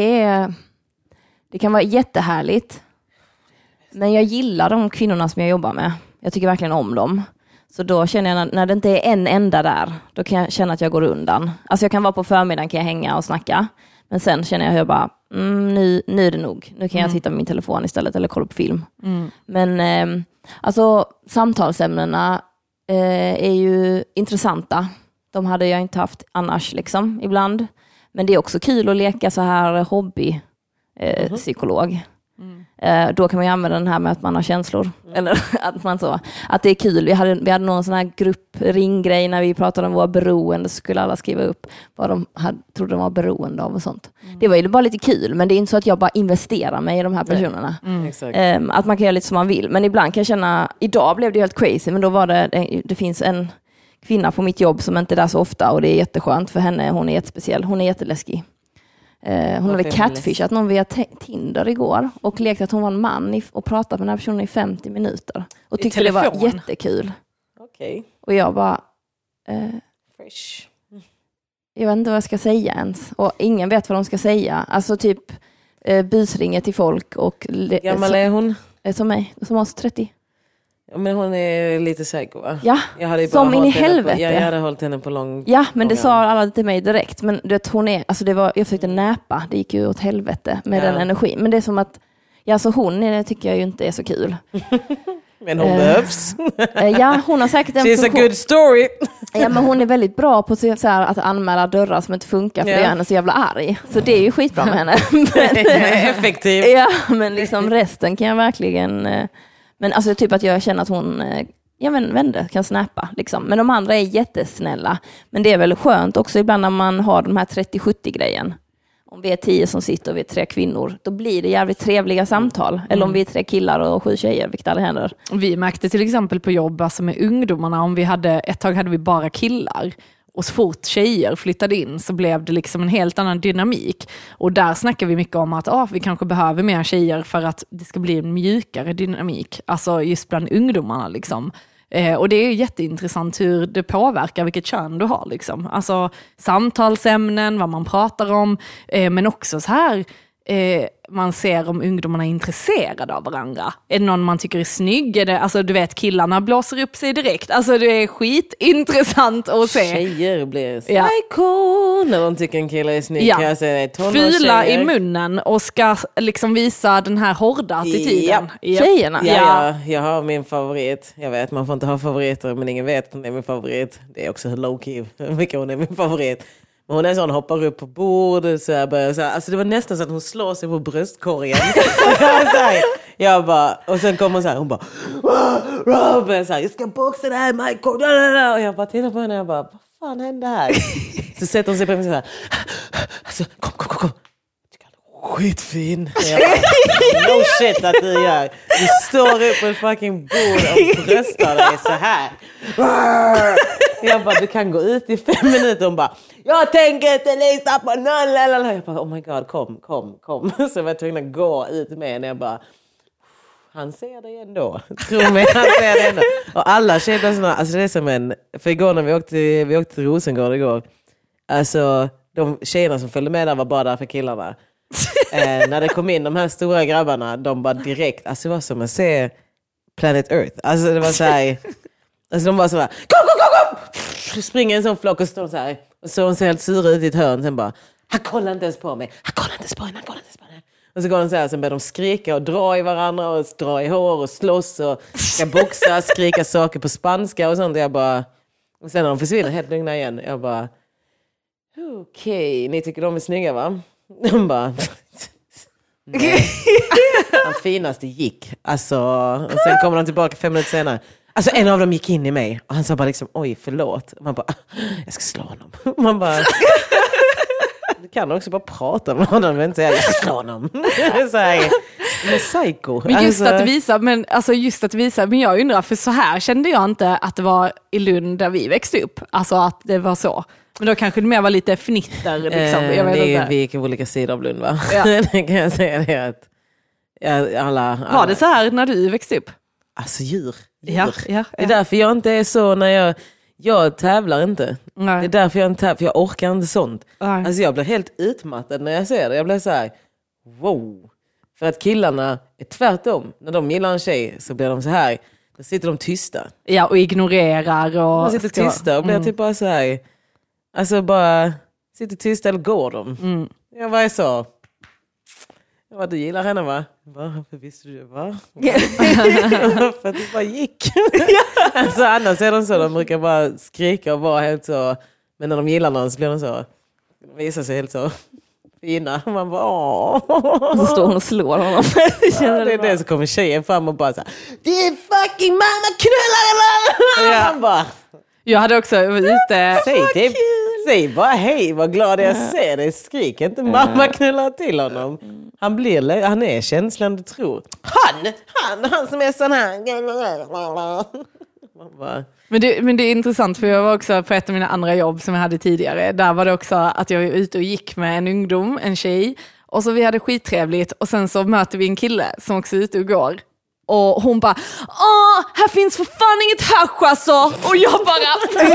Det kan vara jättehärligt. Men jag gillar de kvinnorna som jag jobbar med. Jag tycker verkligen om dem. Så då känner jag när det inte är en enda där, då kan jag känna att jag går undan. Alltså jag kan vara på förmiddagen, kan jag hänga och snacka. Men sen känner jag bara, nu är det nog. Nu kan jag titta på min telefon istället eller kolla på film. Men alltså samtalsämnena är ju intressanta. De hade jag inte haft annars liksom, ibland. Men det är också kul att leka så här hobbypsykolog. Då kan man ju använda den här med att man har känslor. Eller att det är kul. Vi hade någon sån här gruppringgrej när vi pratade om våra beroende, så skulle alla skriva upp vad de trodde de var beroende av och sånt. Det var ju bara lite kul, men det är inte så att jag bara investerar mig i de här personerna. Att man kan göra lite som man vill. Men ibland kan jag känna, idag blev det helt crazy, men då var det finns en kvinna på mitt jobb som inte är där så ofta, och det är jätteskönt för henne. Hon är jättespeciell, hon är jätteläskig. Hon hade catfishat någon via Tinder igår och lekt att hon var en man och pratat med den här personen i 50 minuter. Och tyckte det var jättekul. Och jag bara... Fresh. Jag vet inte vad jag ska säga ens. Och ingen vet vad de ska säga. Alltså typ busringer till folk. Och gammal är hon? Som mig, som oss 30. Ja, men hon är lite psycho, va? Ja, jag hade som in i helvete. Jag hade hållit henne på lång... Ja, men det sa alla till mig direkt. Men du vet, hon är... Alltså jag försökte näpa. Det gick ju åt helvete med den energin. Men det är som att... Ja, så hon tycker jag ju inte är så kul. Men hon behövs. Ja, hon har säkert en She's a good story. Ja, men hon är väldigt bra på så här, att anmäla dörrar som inte funkar, för det är henne så jävla arg. Så det är ju skitbra med henne. Effektivt. Ja, men liksom resten kan jag verkligen... Men alltså typ att jag känner att hon... vände kan snappa liksom. Men de andra är jättesnälla. Men det är väl skönt också ibland när man har de här 30-70-grejen. Om vi är 10 som sitter och vi är 3 kvinnor, då blir det jävligt trevliga samtal. Eller om vi är 3 killar och 7 tjejer, vilket aldrig händer. Vi märkte till exempel på jobb, alltså med ungdomarna, om vi ett tag hade vi bara killar. Och så fort tjejer flyttade in så blev det liksom en helt annan dynamik. Och där snackar vi mycket om att vi kanske behöver mer tjejer för att det ska bli en mjukare dynamik. Alltså just bland ungdomarna liksom. Och det är ju jätteintressant hur det påverkar vilket kön du har liksom. Alltså samtalsämnen, vad man pratar om. Men också så här... man ser om ungdomarna är intresserade av varandra. Är det någon man tycker är snygg? Är det, alltså du vet, killarna blåser upp sig direkt. Alltså det är skitintressant att se. Tjejer blir psycho när de tycker en kille är snygg. Ja. Fula i munnen och ska liksom visa den här hårda attityden. Ja. Tjejerna. Ja, jag har min favorit. Jag vet, man får inte ha favoriter, men ingen vet om det är min favorit. Det är också low-key, vilka hon är min favorit. Men hon är sån, hoppar upp på bordet så här, börjar så här. Alltså det var nästan så att hon slår sig på bröstkorgen. Jag bara, och sen kommer hon så här, hon bara så här, jag ska boxa det här, Michael. Och jag bara tittar på henne och jag bara, vad fan hände här? Så sätter hon sig på mig så här, alltså, kom. Skitfin. No shit att du gör. Du står upp på ett fucking bord och bröstar dig så här. Jag bara, du kan gå ut i 5 minuter. Hon bara, jag tänker inte lyssna på någon. Jag bara, oh my god, kom. Så jag var tvungen att gå ut med henne. Jag bara, han ser dig ändå. Tro mig, han ser dig ändå. Och alla tjejer såna, alltså det är som en... För igår när vi åkte till Rosengård igår. Alltså, de tjejerna som följde med där var bara där för killarna. När det kom in de här stora grabbarna, de bara direkt, alltså det var som att se Planet Earth. Alltså det var så här, alltså de var så här, kom! Springer en sån flock och står så här. Och så hon ser helt sur ut i ett hörn. Sen bara, han kollar inte ens på mig. Han kollar inte ens på henne. Och så går de så här, sen börjar de skrika och dra i varandra och dra i hår och slåss och ska boxa, skrika saker på spanska och sånt. Och sen när de försvinner helt lugna igen, jag bara okej, ni tycker de är snygga, va? De bara nej. Den finaste gick. Alltså, och sen kommer de tillbaka 5 minuter senare. Alltså en av dem gick in i mig och han sa bara liksom, oj förlåt. Man bara, jag ska slå honom. Man bara, du kan också bara prata med honom och inte säga, jag ska slå honom. Så här, men psycho. Men just att visa, men jag undrar, för så här kände jag inte att det var i Lund där vi växte upp. Alltså att det var så. Men då kanske det mer var lite fnitter. Liksom. Jag vet inte. Vi gick på olika sidor av Lund, va? Ja. Det kan jag säga det att alla. Var det så här när du växte upp? Alltså djur. Ja. Det är därför jag inte är så när jag tävlar inte. Nej. Det är därför jag inte tävlar, för jag orkar inte sånt. Nej. Alltså jag blir helt utmattad när jag ser det. Jag blir så här, wow. För att killarna är tvärtom. När de gillar en tjej så blir de så här. Då sitter de tysta. Ja, och ignorerar. Och de sitter tysta och blir typ bara så här. Alltså bara sitter tysta eller går de. Jag var så. Vad du gillar henne, va? Varför visste du det, va? För att det bara gick. Alltså annars är de så, de brukar bara skrika och vara helt så. Men när de gillar någon så blir de så. De visar sig helt så fina. Man bara åh. Så står hon och slår honom. Det är det, så kommer tjejen fram och bara så här, det är fucking mamma knullar eller? Man bara. Jag hade också ute. Säg bara hej, vad glad jag ser dig. Skrik inte mamma knullar till honom. Han är känslan du tror. Han som är sån här. Men det är intressant, för jag var också på ett av mina andra jobb som jag hade tidigare. Där var det också att jag var ute och gick med en ungdom, en tjej. Och så vi hade skittrevligt. Och sen så möter vi en kille som också är ute och går. Och hon bara, här finns för fan inget hasch alltså. Och jag bara,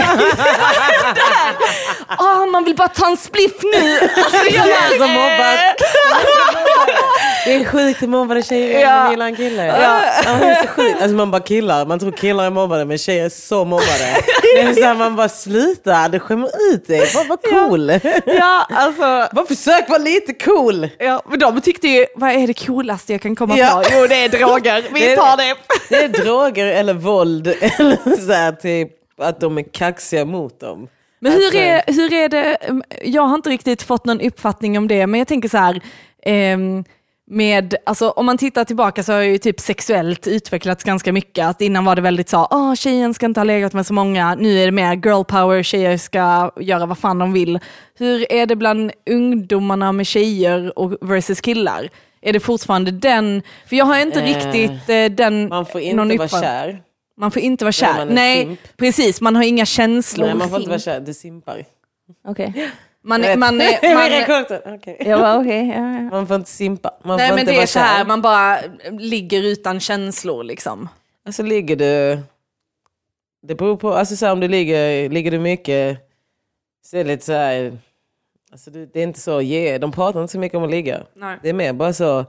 man vill bara ta en spliff nu. Alltså jag är som mobbat. Det är sjukt att mobbade tjejer gillar en kille. Ja. Det är så sjukt. Alltså man bara killar, man tror killar är mobbade, men tjejer är så mobbade. Det är så här, man bara slutar, det skämmer ut dig. Var cool. Ja, alltså. Bara försök vara lite cool. Ja, men de tyckte ju, vad är det coolaste jag kan komma på? Jo, det är droger. Vi tar det. Det är droger eller våld. Eller så här, typ att de är kaxiga mot dem. Men hur är det? Jag har inte riktigt fått någon uppfattning om det, men jag tänker så här, alltså, om man tittar tillbaka så har ju typ sexuellt utvecklats ganska mycket. Att innan var det väldigt så, tjejen ska inte ha legat med så många. Nu är det mer girl power, tjejer ska göra vad fan de vill. Hur är det bland ungdomarna med tjejer och versus killar? Är det fortfarande den? För jag har inte riktigt den. Man får inte vara kär. Man får inte vara kär. Nej, precis. Man har inga känslor. Nej, man får inte vara kär. Du simpar. Okej. Man får inte simpa. Nej, men det är så här, man bara ligger utan känslor liksom. Alltså ligger du, det beror på, alltså så här, om du ligger du mycket, så är det lite så här, alltså det är inte så, de pratar inte så mycket om att ligga. Nej. Det är mer bara så,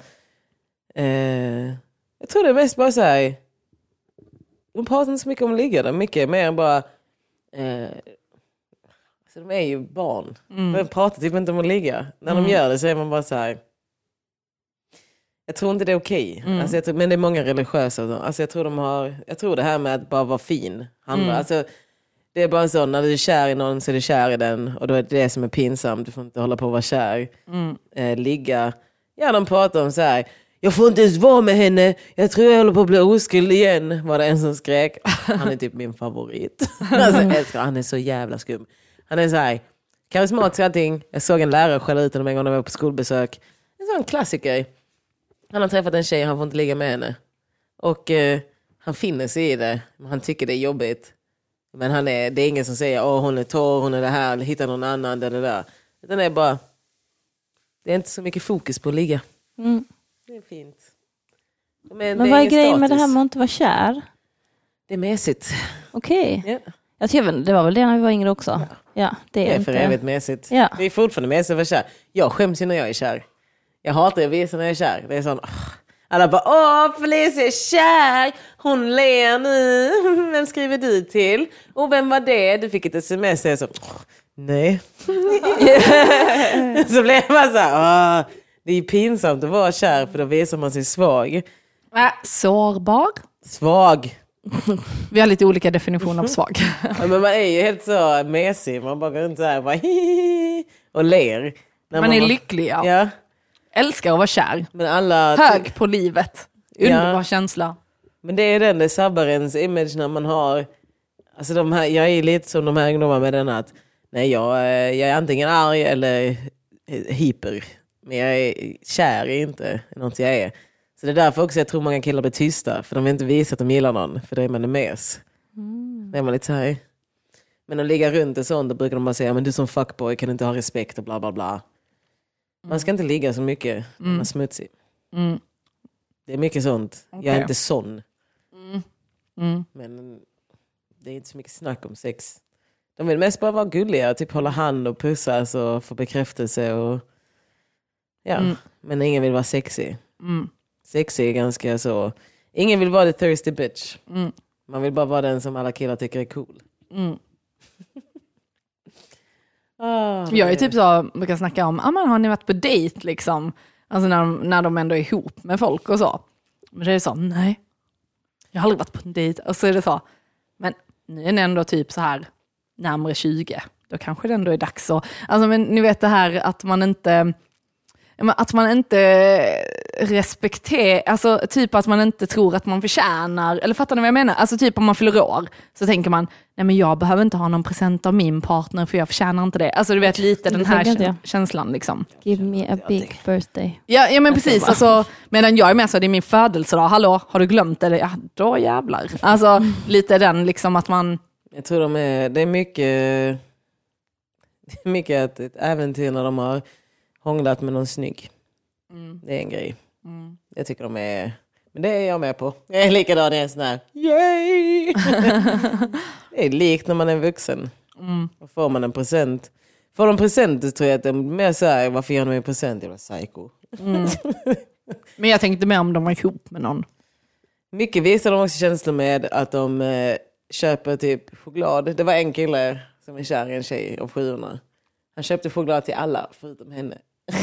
jag tror det är mest bara så här, de pratar inte så mycket om att ligga, det är mycket mer bara, så de är ju barn. De pratar typ inte om att ligga. När de gör det så är man bara så här. Jag tror inte det är okej. Alltså men det är många religiösa. Alltså jag tror det här med att bara vara fin. Alltså, det är bara så, när du är kär i någon så är du kär i den. Och då är det som är pinsamt. Du får inte hålla på att vara kär. Ligga. Ja, de pratar om så här. Jag får inte ens vara med henne. Jag tror jag håller på att bli oskuld igen. Var det en som skrek. Han är typ min favorit. Alltså, jag älskar, han är så jävla skum. Han är så här, karismatisk allting. Jag såg en lärare skälla ut honom en gång när jag var på skolbesök. En sån klassiker. Han har träffat en tjej, han får inte ligga med henne. Och han finner sig i det. Han tycker det är jobbigt. Men det är ingen som säger, hon är torr, hon är det här, hitta någon annan, det där. Utan det är bara, det är inte så mycket fokus på att ligga. Det är fint. Men vad är grejen med det här med att inte vara kär? Det är mässigt. Okej. Yeah. Jag tror det var väl det när vi var yngre också. Ja, det är för evigt mässigt. Ja. Det är fortfarande mässigt att vara kär. Jag skäms ju när jag är kär. Jag hatar att visa när jag är kär. Det är sån, alla bara, Felicia är kär. Hon ler nu. Vem skriver du till? Och vem var det? Du fick ett sms. Jag så, nej. Så blev jag bara så här, Det är pinsamt att vara kär för då visar man sig svag. Sårbar. Svag. Vi har lite olika definitioner av svag. Ja, men man är ju helt så mesig. Man bara går runt så här bara, och ler. Man är lycklig, ja. Älskar att vara kär. Men alla hög på livet. Underbar känsla. Men det är det sabbar ens image när man har... Alltså de här, jag är lite som de här ungdomarna med den att nej, jag är antingen arg eller hyper. Men jag är kär är inte något jag är. Så det är därför också jag tror många killar blir tysta. För de vill inte visa att de gillar någon. För då är man en mes. Då är man lite så här. Men att ligga runt och sånt, då brukar de bara säga men du som fuckboy kan inte ha respekt och bla bla bla. Man ska inte ligga så mycket. Man är smutsig. Det är mycket sånt. Okay. Jag är inte sån. Men det är inte så mycket snack om sex. De vill mest bara vara gulliga. Typ hålla hand och pussas och få bekräftelse. Och men ingen vill vara sexy. Sexy är ganska så... Ingen vill vara the thirsty bitch. Man vill bara vara den som alla killar tycker är cool. Jag är typ så, brukar snacka om, har ni varit på dejt liksom? Alltså när de ändå är ihop med folk och så. Men det är så, nej. Jag har aldrig varit på en dejt. Och så är det så, men nu är ni ändå typ så här närmare 20. Då kanske det ändå är dags att... Alltså men ni vet det här att man inte respekterar, alltså typ att man inte tror att man förtjänar, eller fattar ni vad jag menar? Alltså typ om man fyller år så tänker man, nej men jag behöver inte ha någon present av min partner för jag förtjänar inte det. Alltså du vet lite den här känslan liksom. Give me a big birthday. Ja men precis, alltså, medan jag är med så det är min födelsedag, hallå, har du glömt eller ja, då jävlar. Alltså lite den liksom att man... Jag tror det är mycket ett äventyr när de har hånglat med någon snygg. Det är en grej. Jag tycker de är... Men det är jag med på. Jag är likadan i en sån här... Yay! Det är likt när man är vuxen. Och får man en present. Får de present så tror jag att de är mer så här, varför gör de en present? Jag var psycho. Men jag tänkte mer om de var ihop med någon. Mycket visar de också känslor med att de köper typ choklad. Det var en kille som är kär i en tjej av 7:orna. Han köpte choklad till alla förutom henne.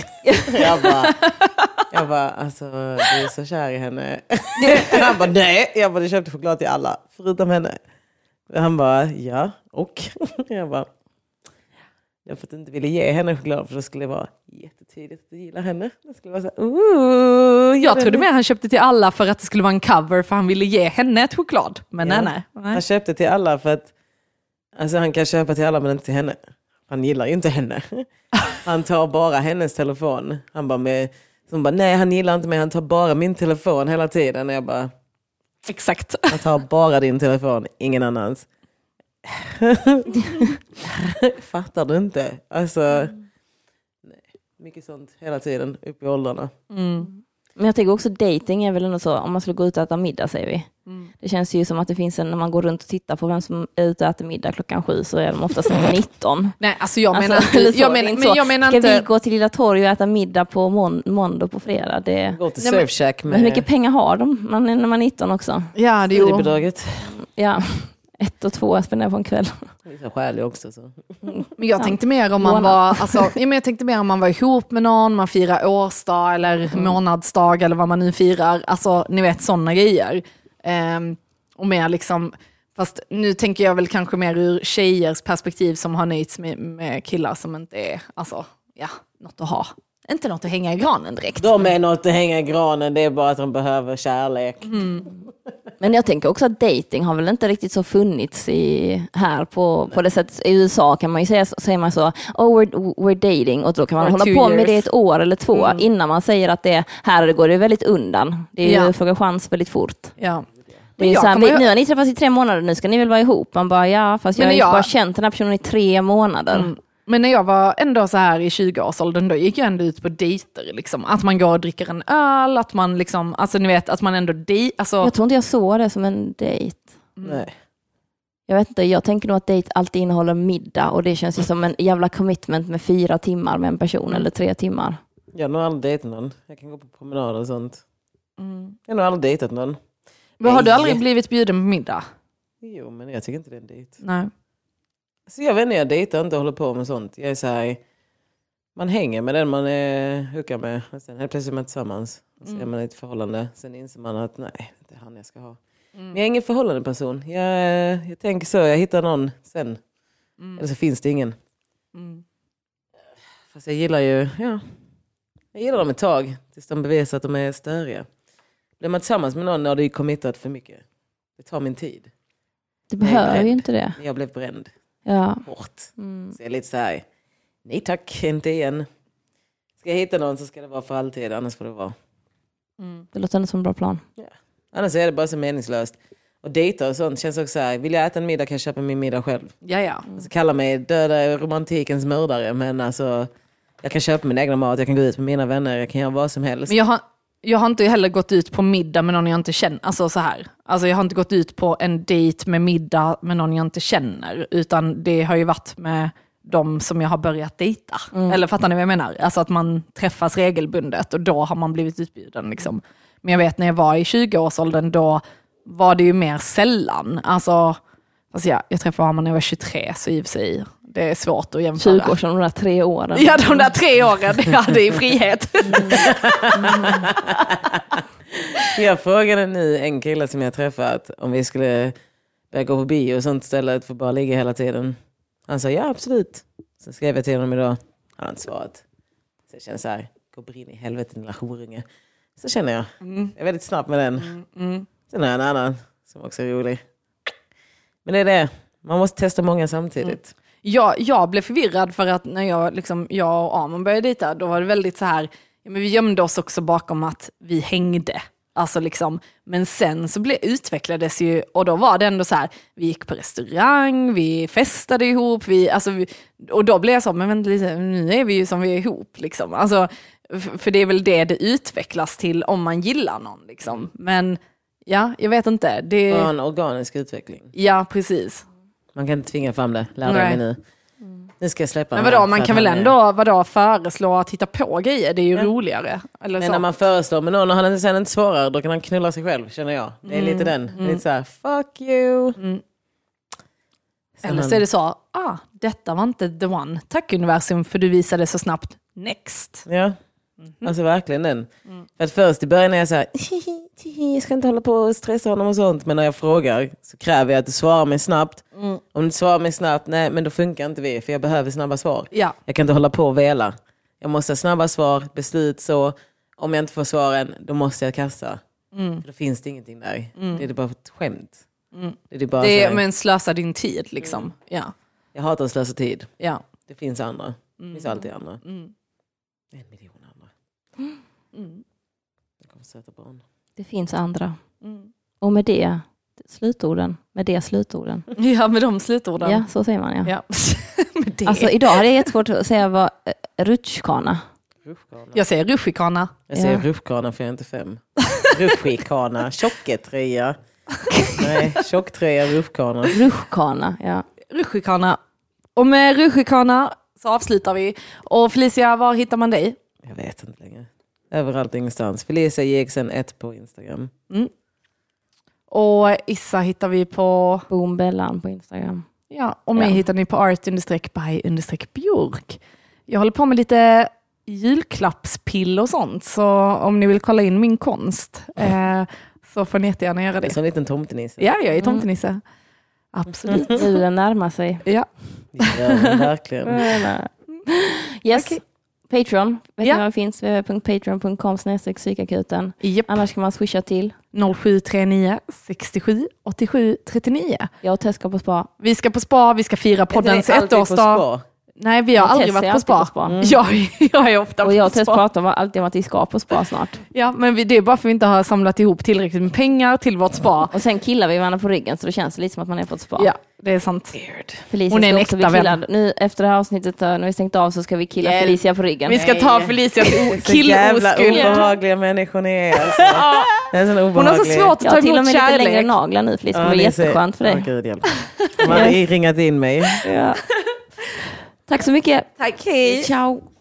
jag bara, alltså du är så kär i henne. Han bara, nej. Jag bara, du köpte choklad till alla förutom henne. Han bara, ja, och? Jag bara, jag för att inte ville ge henne choklad för det skulle vara jättetydligt att du gillar henne. Det skulle vara så jag trodde mer han köpte till alla för att det skulle vara en cover för han ville ge henne ett choklad. Men nej. Han köpte till alla för att alltså han kan köpa till alla men inte till henne. Han gillar ju inte henne. Han tar bara hennes telefon. Han bara nej han gillar inte mig. Han tar bara min telefon hela tiden. Och jag bara... Exakt. Han tar bara din telefon, ingen annans. Fattar du inte? Alltså... Nej. Mycket sånt hela tiden, upp i åldrarna. Men jag tänker också dating är väl ändå så, om man skulle gå ut och äta middag säger vi. Det känns ju som att det finns när man går runt och tittar på vem som är ute och äter middag 7:00 så är de oftast 19. Nej, alltså jag menar inte... Ska vi gå till Lilla Torg och äta middag på måndag på fredag? Gå till Surfshack med... Men hur mycket pengar har de när man är 19 också? Ja, det är ju... Bidraget. Ja, 1 och 2 spenderar på en kväll. Det är skälig också så. Men jag tänkte mer om man var jag tänkte mer om man var ihop med någon, man firar årsdag eller månadsdag eller vad man nu firar. Alltså ni vet sådana grejer. Och mer liksom, fast nu tänker jag väl kanske mer ur tjejers perspektiv som har nöjts med killar som inte är något att ha. Inte något att hänga i granen direkt. De är något att hänga i granen, det är bara att de behöver kärlek. Men jag tänker också att dating har väl inte riktigt så funnits här på det sättet. I USA kan man ju säger man så, we're dating, och då kan man hålla på med det 1 år eller 2 innan man säger att här går det väldigt undan. Det är ju fråga chans väldigt fort. Ja. Det är så här, nu har ni träffats i 3 månader, nu ska ni väl vara ihop. Man bara, fast jag har bara känt den här personen i 3 månader. Men när jag var ändå så här i 20-årsåldern, då gick jag ändå ut på dejter. Liksom. Att man går och dricker en öl, att man liksom, alltså ni vet, att man ändå alltså... Jag tror inte jag såg det som en dejt. Nej. Jag vet inte, jag tänker nog att dejt alltid innehåller middag, och det känns ju som en jävla commitment med 4 timmar med en person, eller 3 timmar. Jag har nog aldrig dejtat någon. Jag kan gå på promenader och sånt. Jag har nog aldrig dejtat någon. Men har du aldrig blivit bjuden på middag? Jo, men jag tycker inte det är en dejt. Nej. Så jag vet inte, jag dejtar inte och håller på med sånt. Jag är så här, Man hänger med den man hookar med. Och sen helt plötsligt är man tillsammans. Och så är man i ett förhållande. Sen inser man att nej, det är han jag ska ha. Men jag är ingen förhållande person. Jag tänker så, jag hittar någon sen. Eller så finns det ingen. Fast jag gillar ju, jag gillar dem ett tag. Tills de bevisar att de är störiga. Blir man tillsammans med någon när det är committat för mycket. Det tar min tid. Det behöver ju inte det. Jag blev bränd. Ja. Hårt. Så jag är lite så här, nej tack, inte igen. Ska jag hitta någon så ska det vara för alltid, annars får det vara. Det låter ändå som en bra plan. Ja. Annars är det bara så meningslöst. Och dejta och sånt känns också så här, vill jag äta en middag kan jag köpa min middag själv. Ja. Alltså, kalla mig döda romantikens mördare, men alltså jag kan köpa min egna mat, jag kan gå ut med mina vänner, jag kan göra vad som helst. Men jag har inte heller gått ut på middag med någon jag inte känner. Alltså så här. Alltså jag har inte gått ut på en dejt med middag med någon jag inte känner. Utan det har ju varit med de som jag har börjat dejta. Eller fattar ni vad jag menar? Alltså att man träffas regelbundet och då har man blivit utbjuden. Liksom. Men jag vet när jag var i 20-årsåldern då var det ju mer sällan. Alltså jag träffade honom när jag var 23 så i och för sig. Det är svårt att jämföra. 20 år sedan, de där 3 åren. Ja, de där 3 åren. Ja, det är frihet. Jag frågade nu en kille som jag träffat om vi skulle börja gå på bio och sånt istället för bara ligga hela tiden. Han sa ja, absolut. Så skrev jag till honom idag. Han har inte svarat. Så jag känner så här, gå brin i helvete din lilla horunge. Så känner jag. Jag är väldigt snabb med den. Sen har jag en annan som också är rolig. Men det är det. Man måste testa många samtidigt. Jag blev förvirrad för att när jag och Amon började dejta, då var det väldigt så här, men vi gömde oss också bakom att vi hängde. Alltså liksom, men sen så utvecklades ju, och då var det ändå så här, vi gick på restaurang, vi festade ihop, och då blev jag så, men vänta lite, nu är vi ju som vi är ihop liksom. Alltså, för det är väl det utvecklas till om man gillar någon liksom. Men ja, jag vet inte. Det är en organisk utveckling. Ja, precis. Man kan inte tvinga fram det. Lär dig nu. Nu ska jag släppa. Men vadå, man kan väl ändå föreslå att titta på grejer. Det är ju roligare. Eller men så. när man föreslår med någon och han sen inte svarar, då kan han knulla sig själv, känner jag. Det är lite den. Det är lite så här, fuck you. Eller så är det så, detta var inte the one. Tack universum för du visade så snabbt. Next. Ja, alltså verkligen den. För att först i början är jag så här, jag ska inte hålla på och stressa honom och sånt. Men när jag frågar så kräver jag att du svarar mig snabbt. Om du svarar mig snabbt, nej, men då funkar inte vi. För jag behöver snabba svar. Ja. Jag kan inte hålla på och vela. Jag måste ha snabba svar, beslut så. Om jag inte får svaren, då måste jag kasta. För då finns det ingenting där. Det är bara ett skämt. Det är men slösa din tid liksom. Ja. Jag hatar att slösa tid. Ja. Det finns andra. Det finns alltid andra. 1 miljon andra. Jag kommer söta barn. Det finns andra. Och med det slutorden. Ja, med de slutorden. Ja, så säger man ja. Med det. Alltså idag hade jag jättesvårt att säga vad rutschkana. Jag säger rutschkana. Jag säger rutschkana för jag är inte 5. Rutschkana, tjocktröja. Nej, tjocktröja, rutschkana. Rutschkana, ja. Rutschkana. Och med rutschkana så avslutar vi. Och Felicia, var hittar man dig? Jag vet inte längre. Överallt, ingenstans. Felicia JXN1 på Instagram. Och Issa hittar vi på Boombellan på Instagram. Ja, och mig hittar ni på art_by_björk. Jag håller på med lite julklappspill och sånt. Så om ni vill kolla in min konst så får ni jättegärna göra det. Det är som en liten tomtenisse. Ja, jag är tomtenisse. Absolut. Julen närmar sig. Ja. Det gör den verkligen. Yes. Okay. Patreon, vet ni vad det finns? www.patreon.com/psykakuten. Yep. Annars kan man swisha till 0739 67 87 39. Jag och Tess ska på spa. Vi ska på spa, vi ska fira poddens 1-årsdag. Nej, vi har aldrig varit på spa. Jag är ofta på spa. Och jag och Tess pratar alltid om att vi ska på spa snart. Ja, men det är bara för att vi inte har samlat ihop tillräckligt med pengar till vårt spa. Och sen killar vi varandra på ryggen så det känns lite som att man är på ett spa. Ja, det är sant. Felicia hon är en äkta vän. Nu efter det här avsnittet, när vi stängt av så ska vi killa Felicia på ryggen. Vi ska ta Felicias killoskuld. Jävla obehagliga människor ni är. Alltså. Det är så obehaglig. Hon har så svårt att ta emot till och med kärlek. lite längre naglar nu, Felicia. Det var jätteskönt för dig. Gud, de har ringat in mig. Ja. Tack så mycket. Tack, hej. Ciao.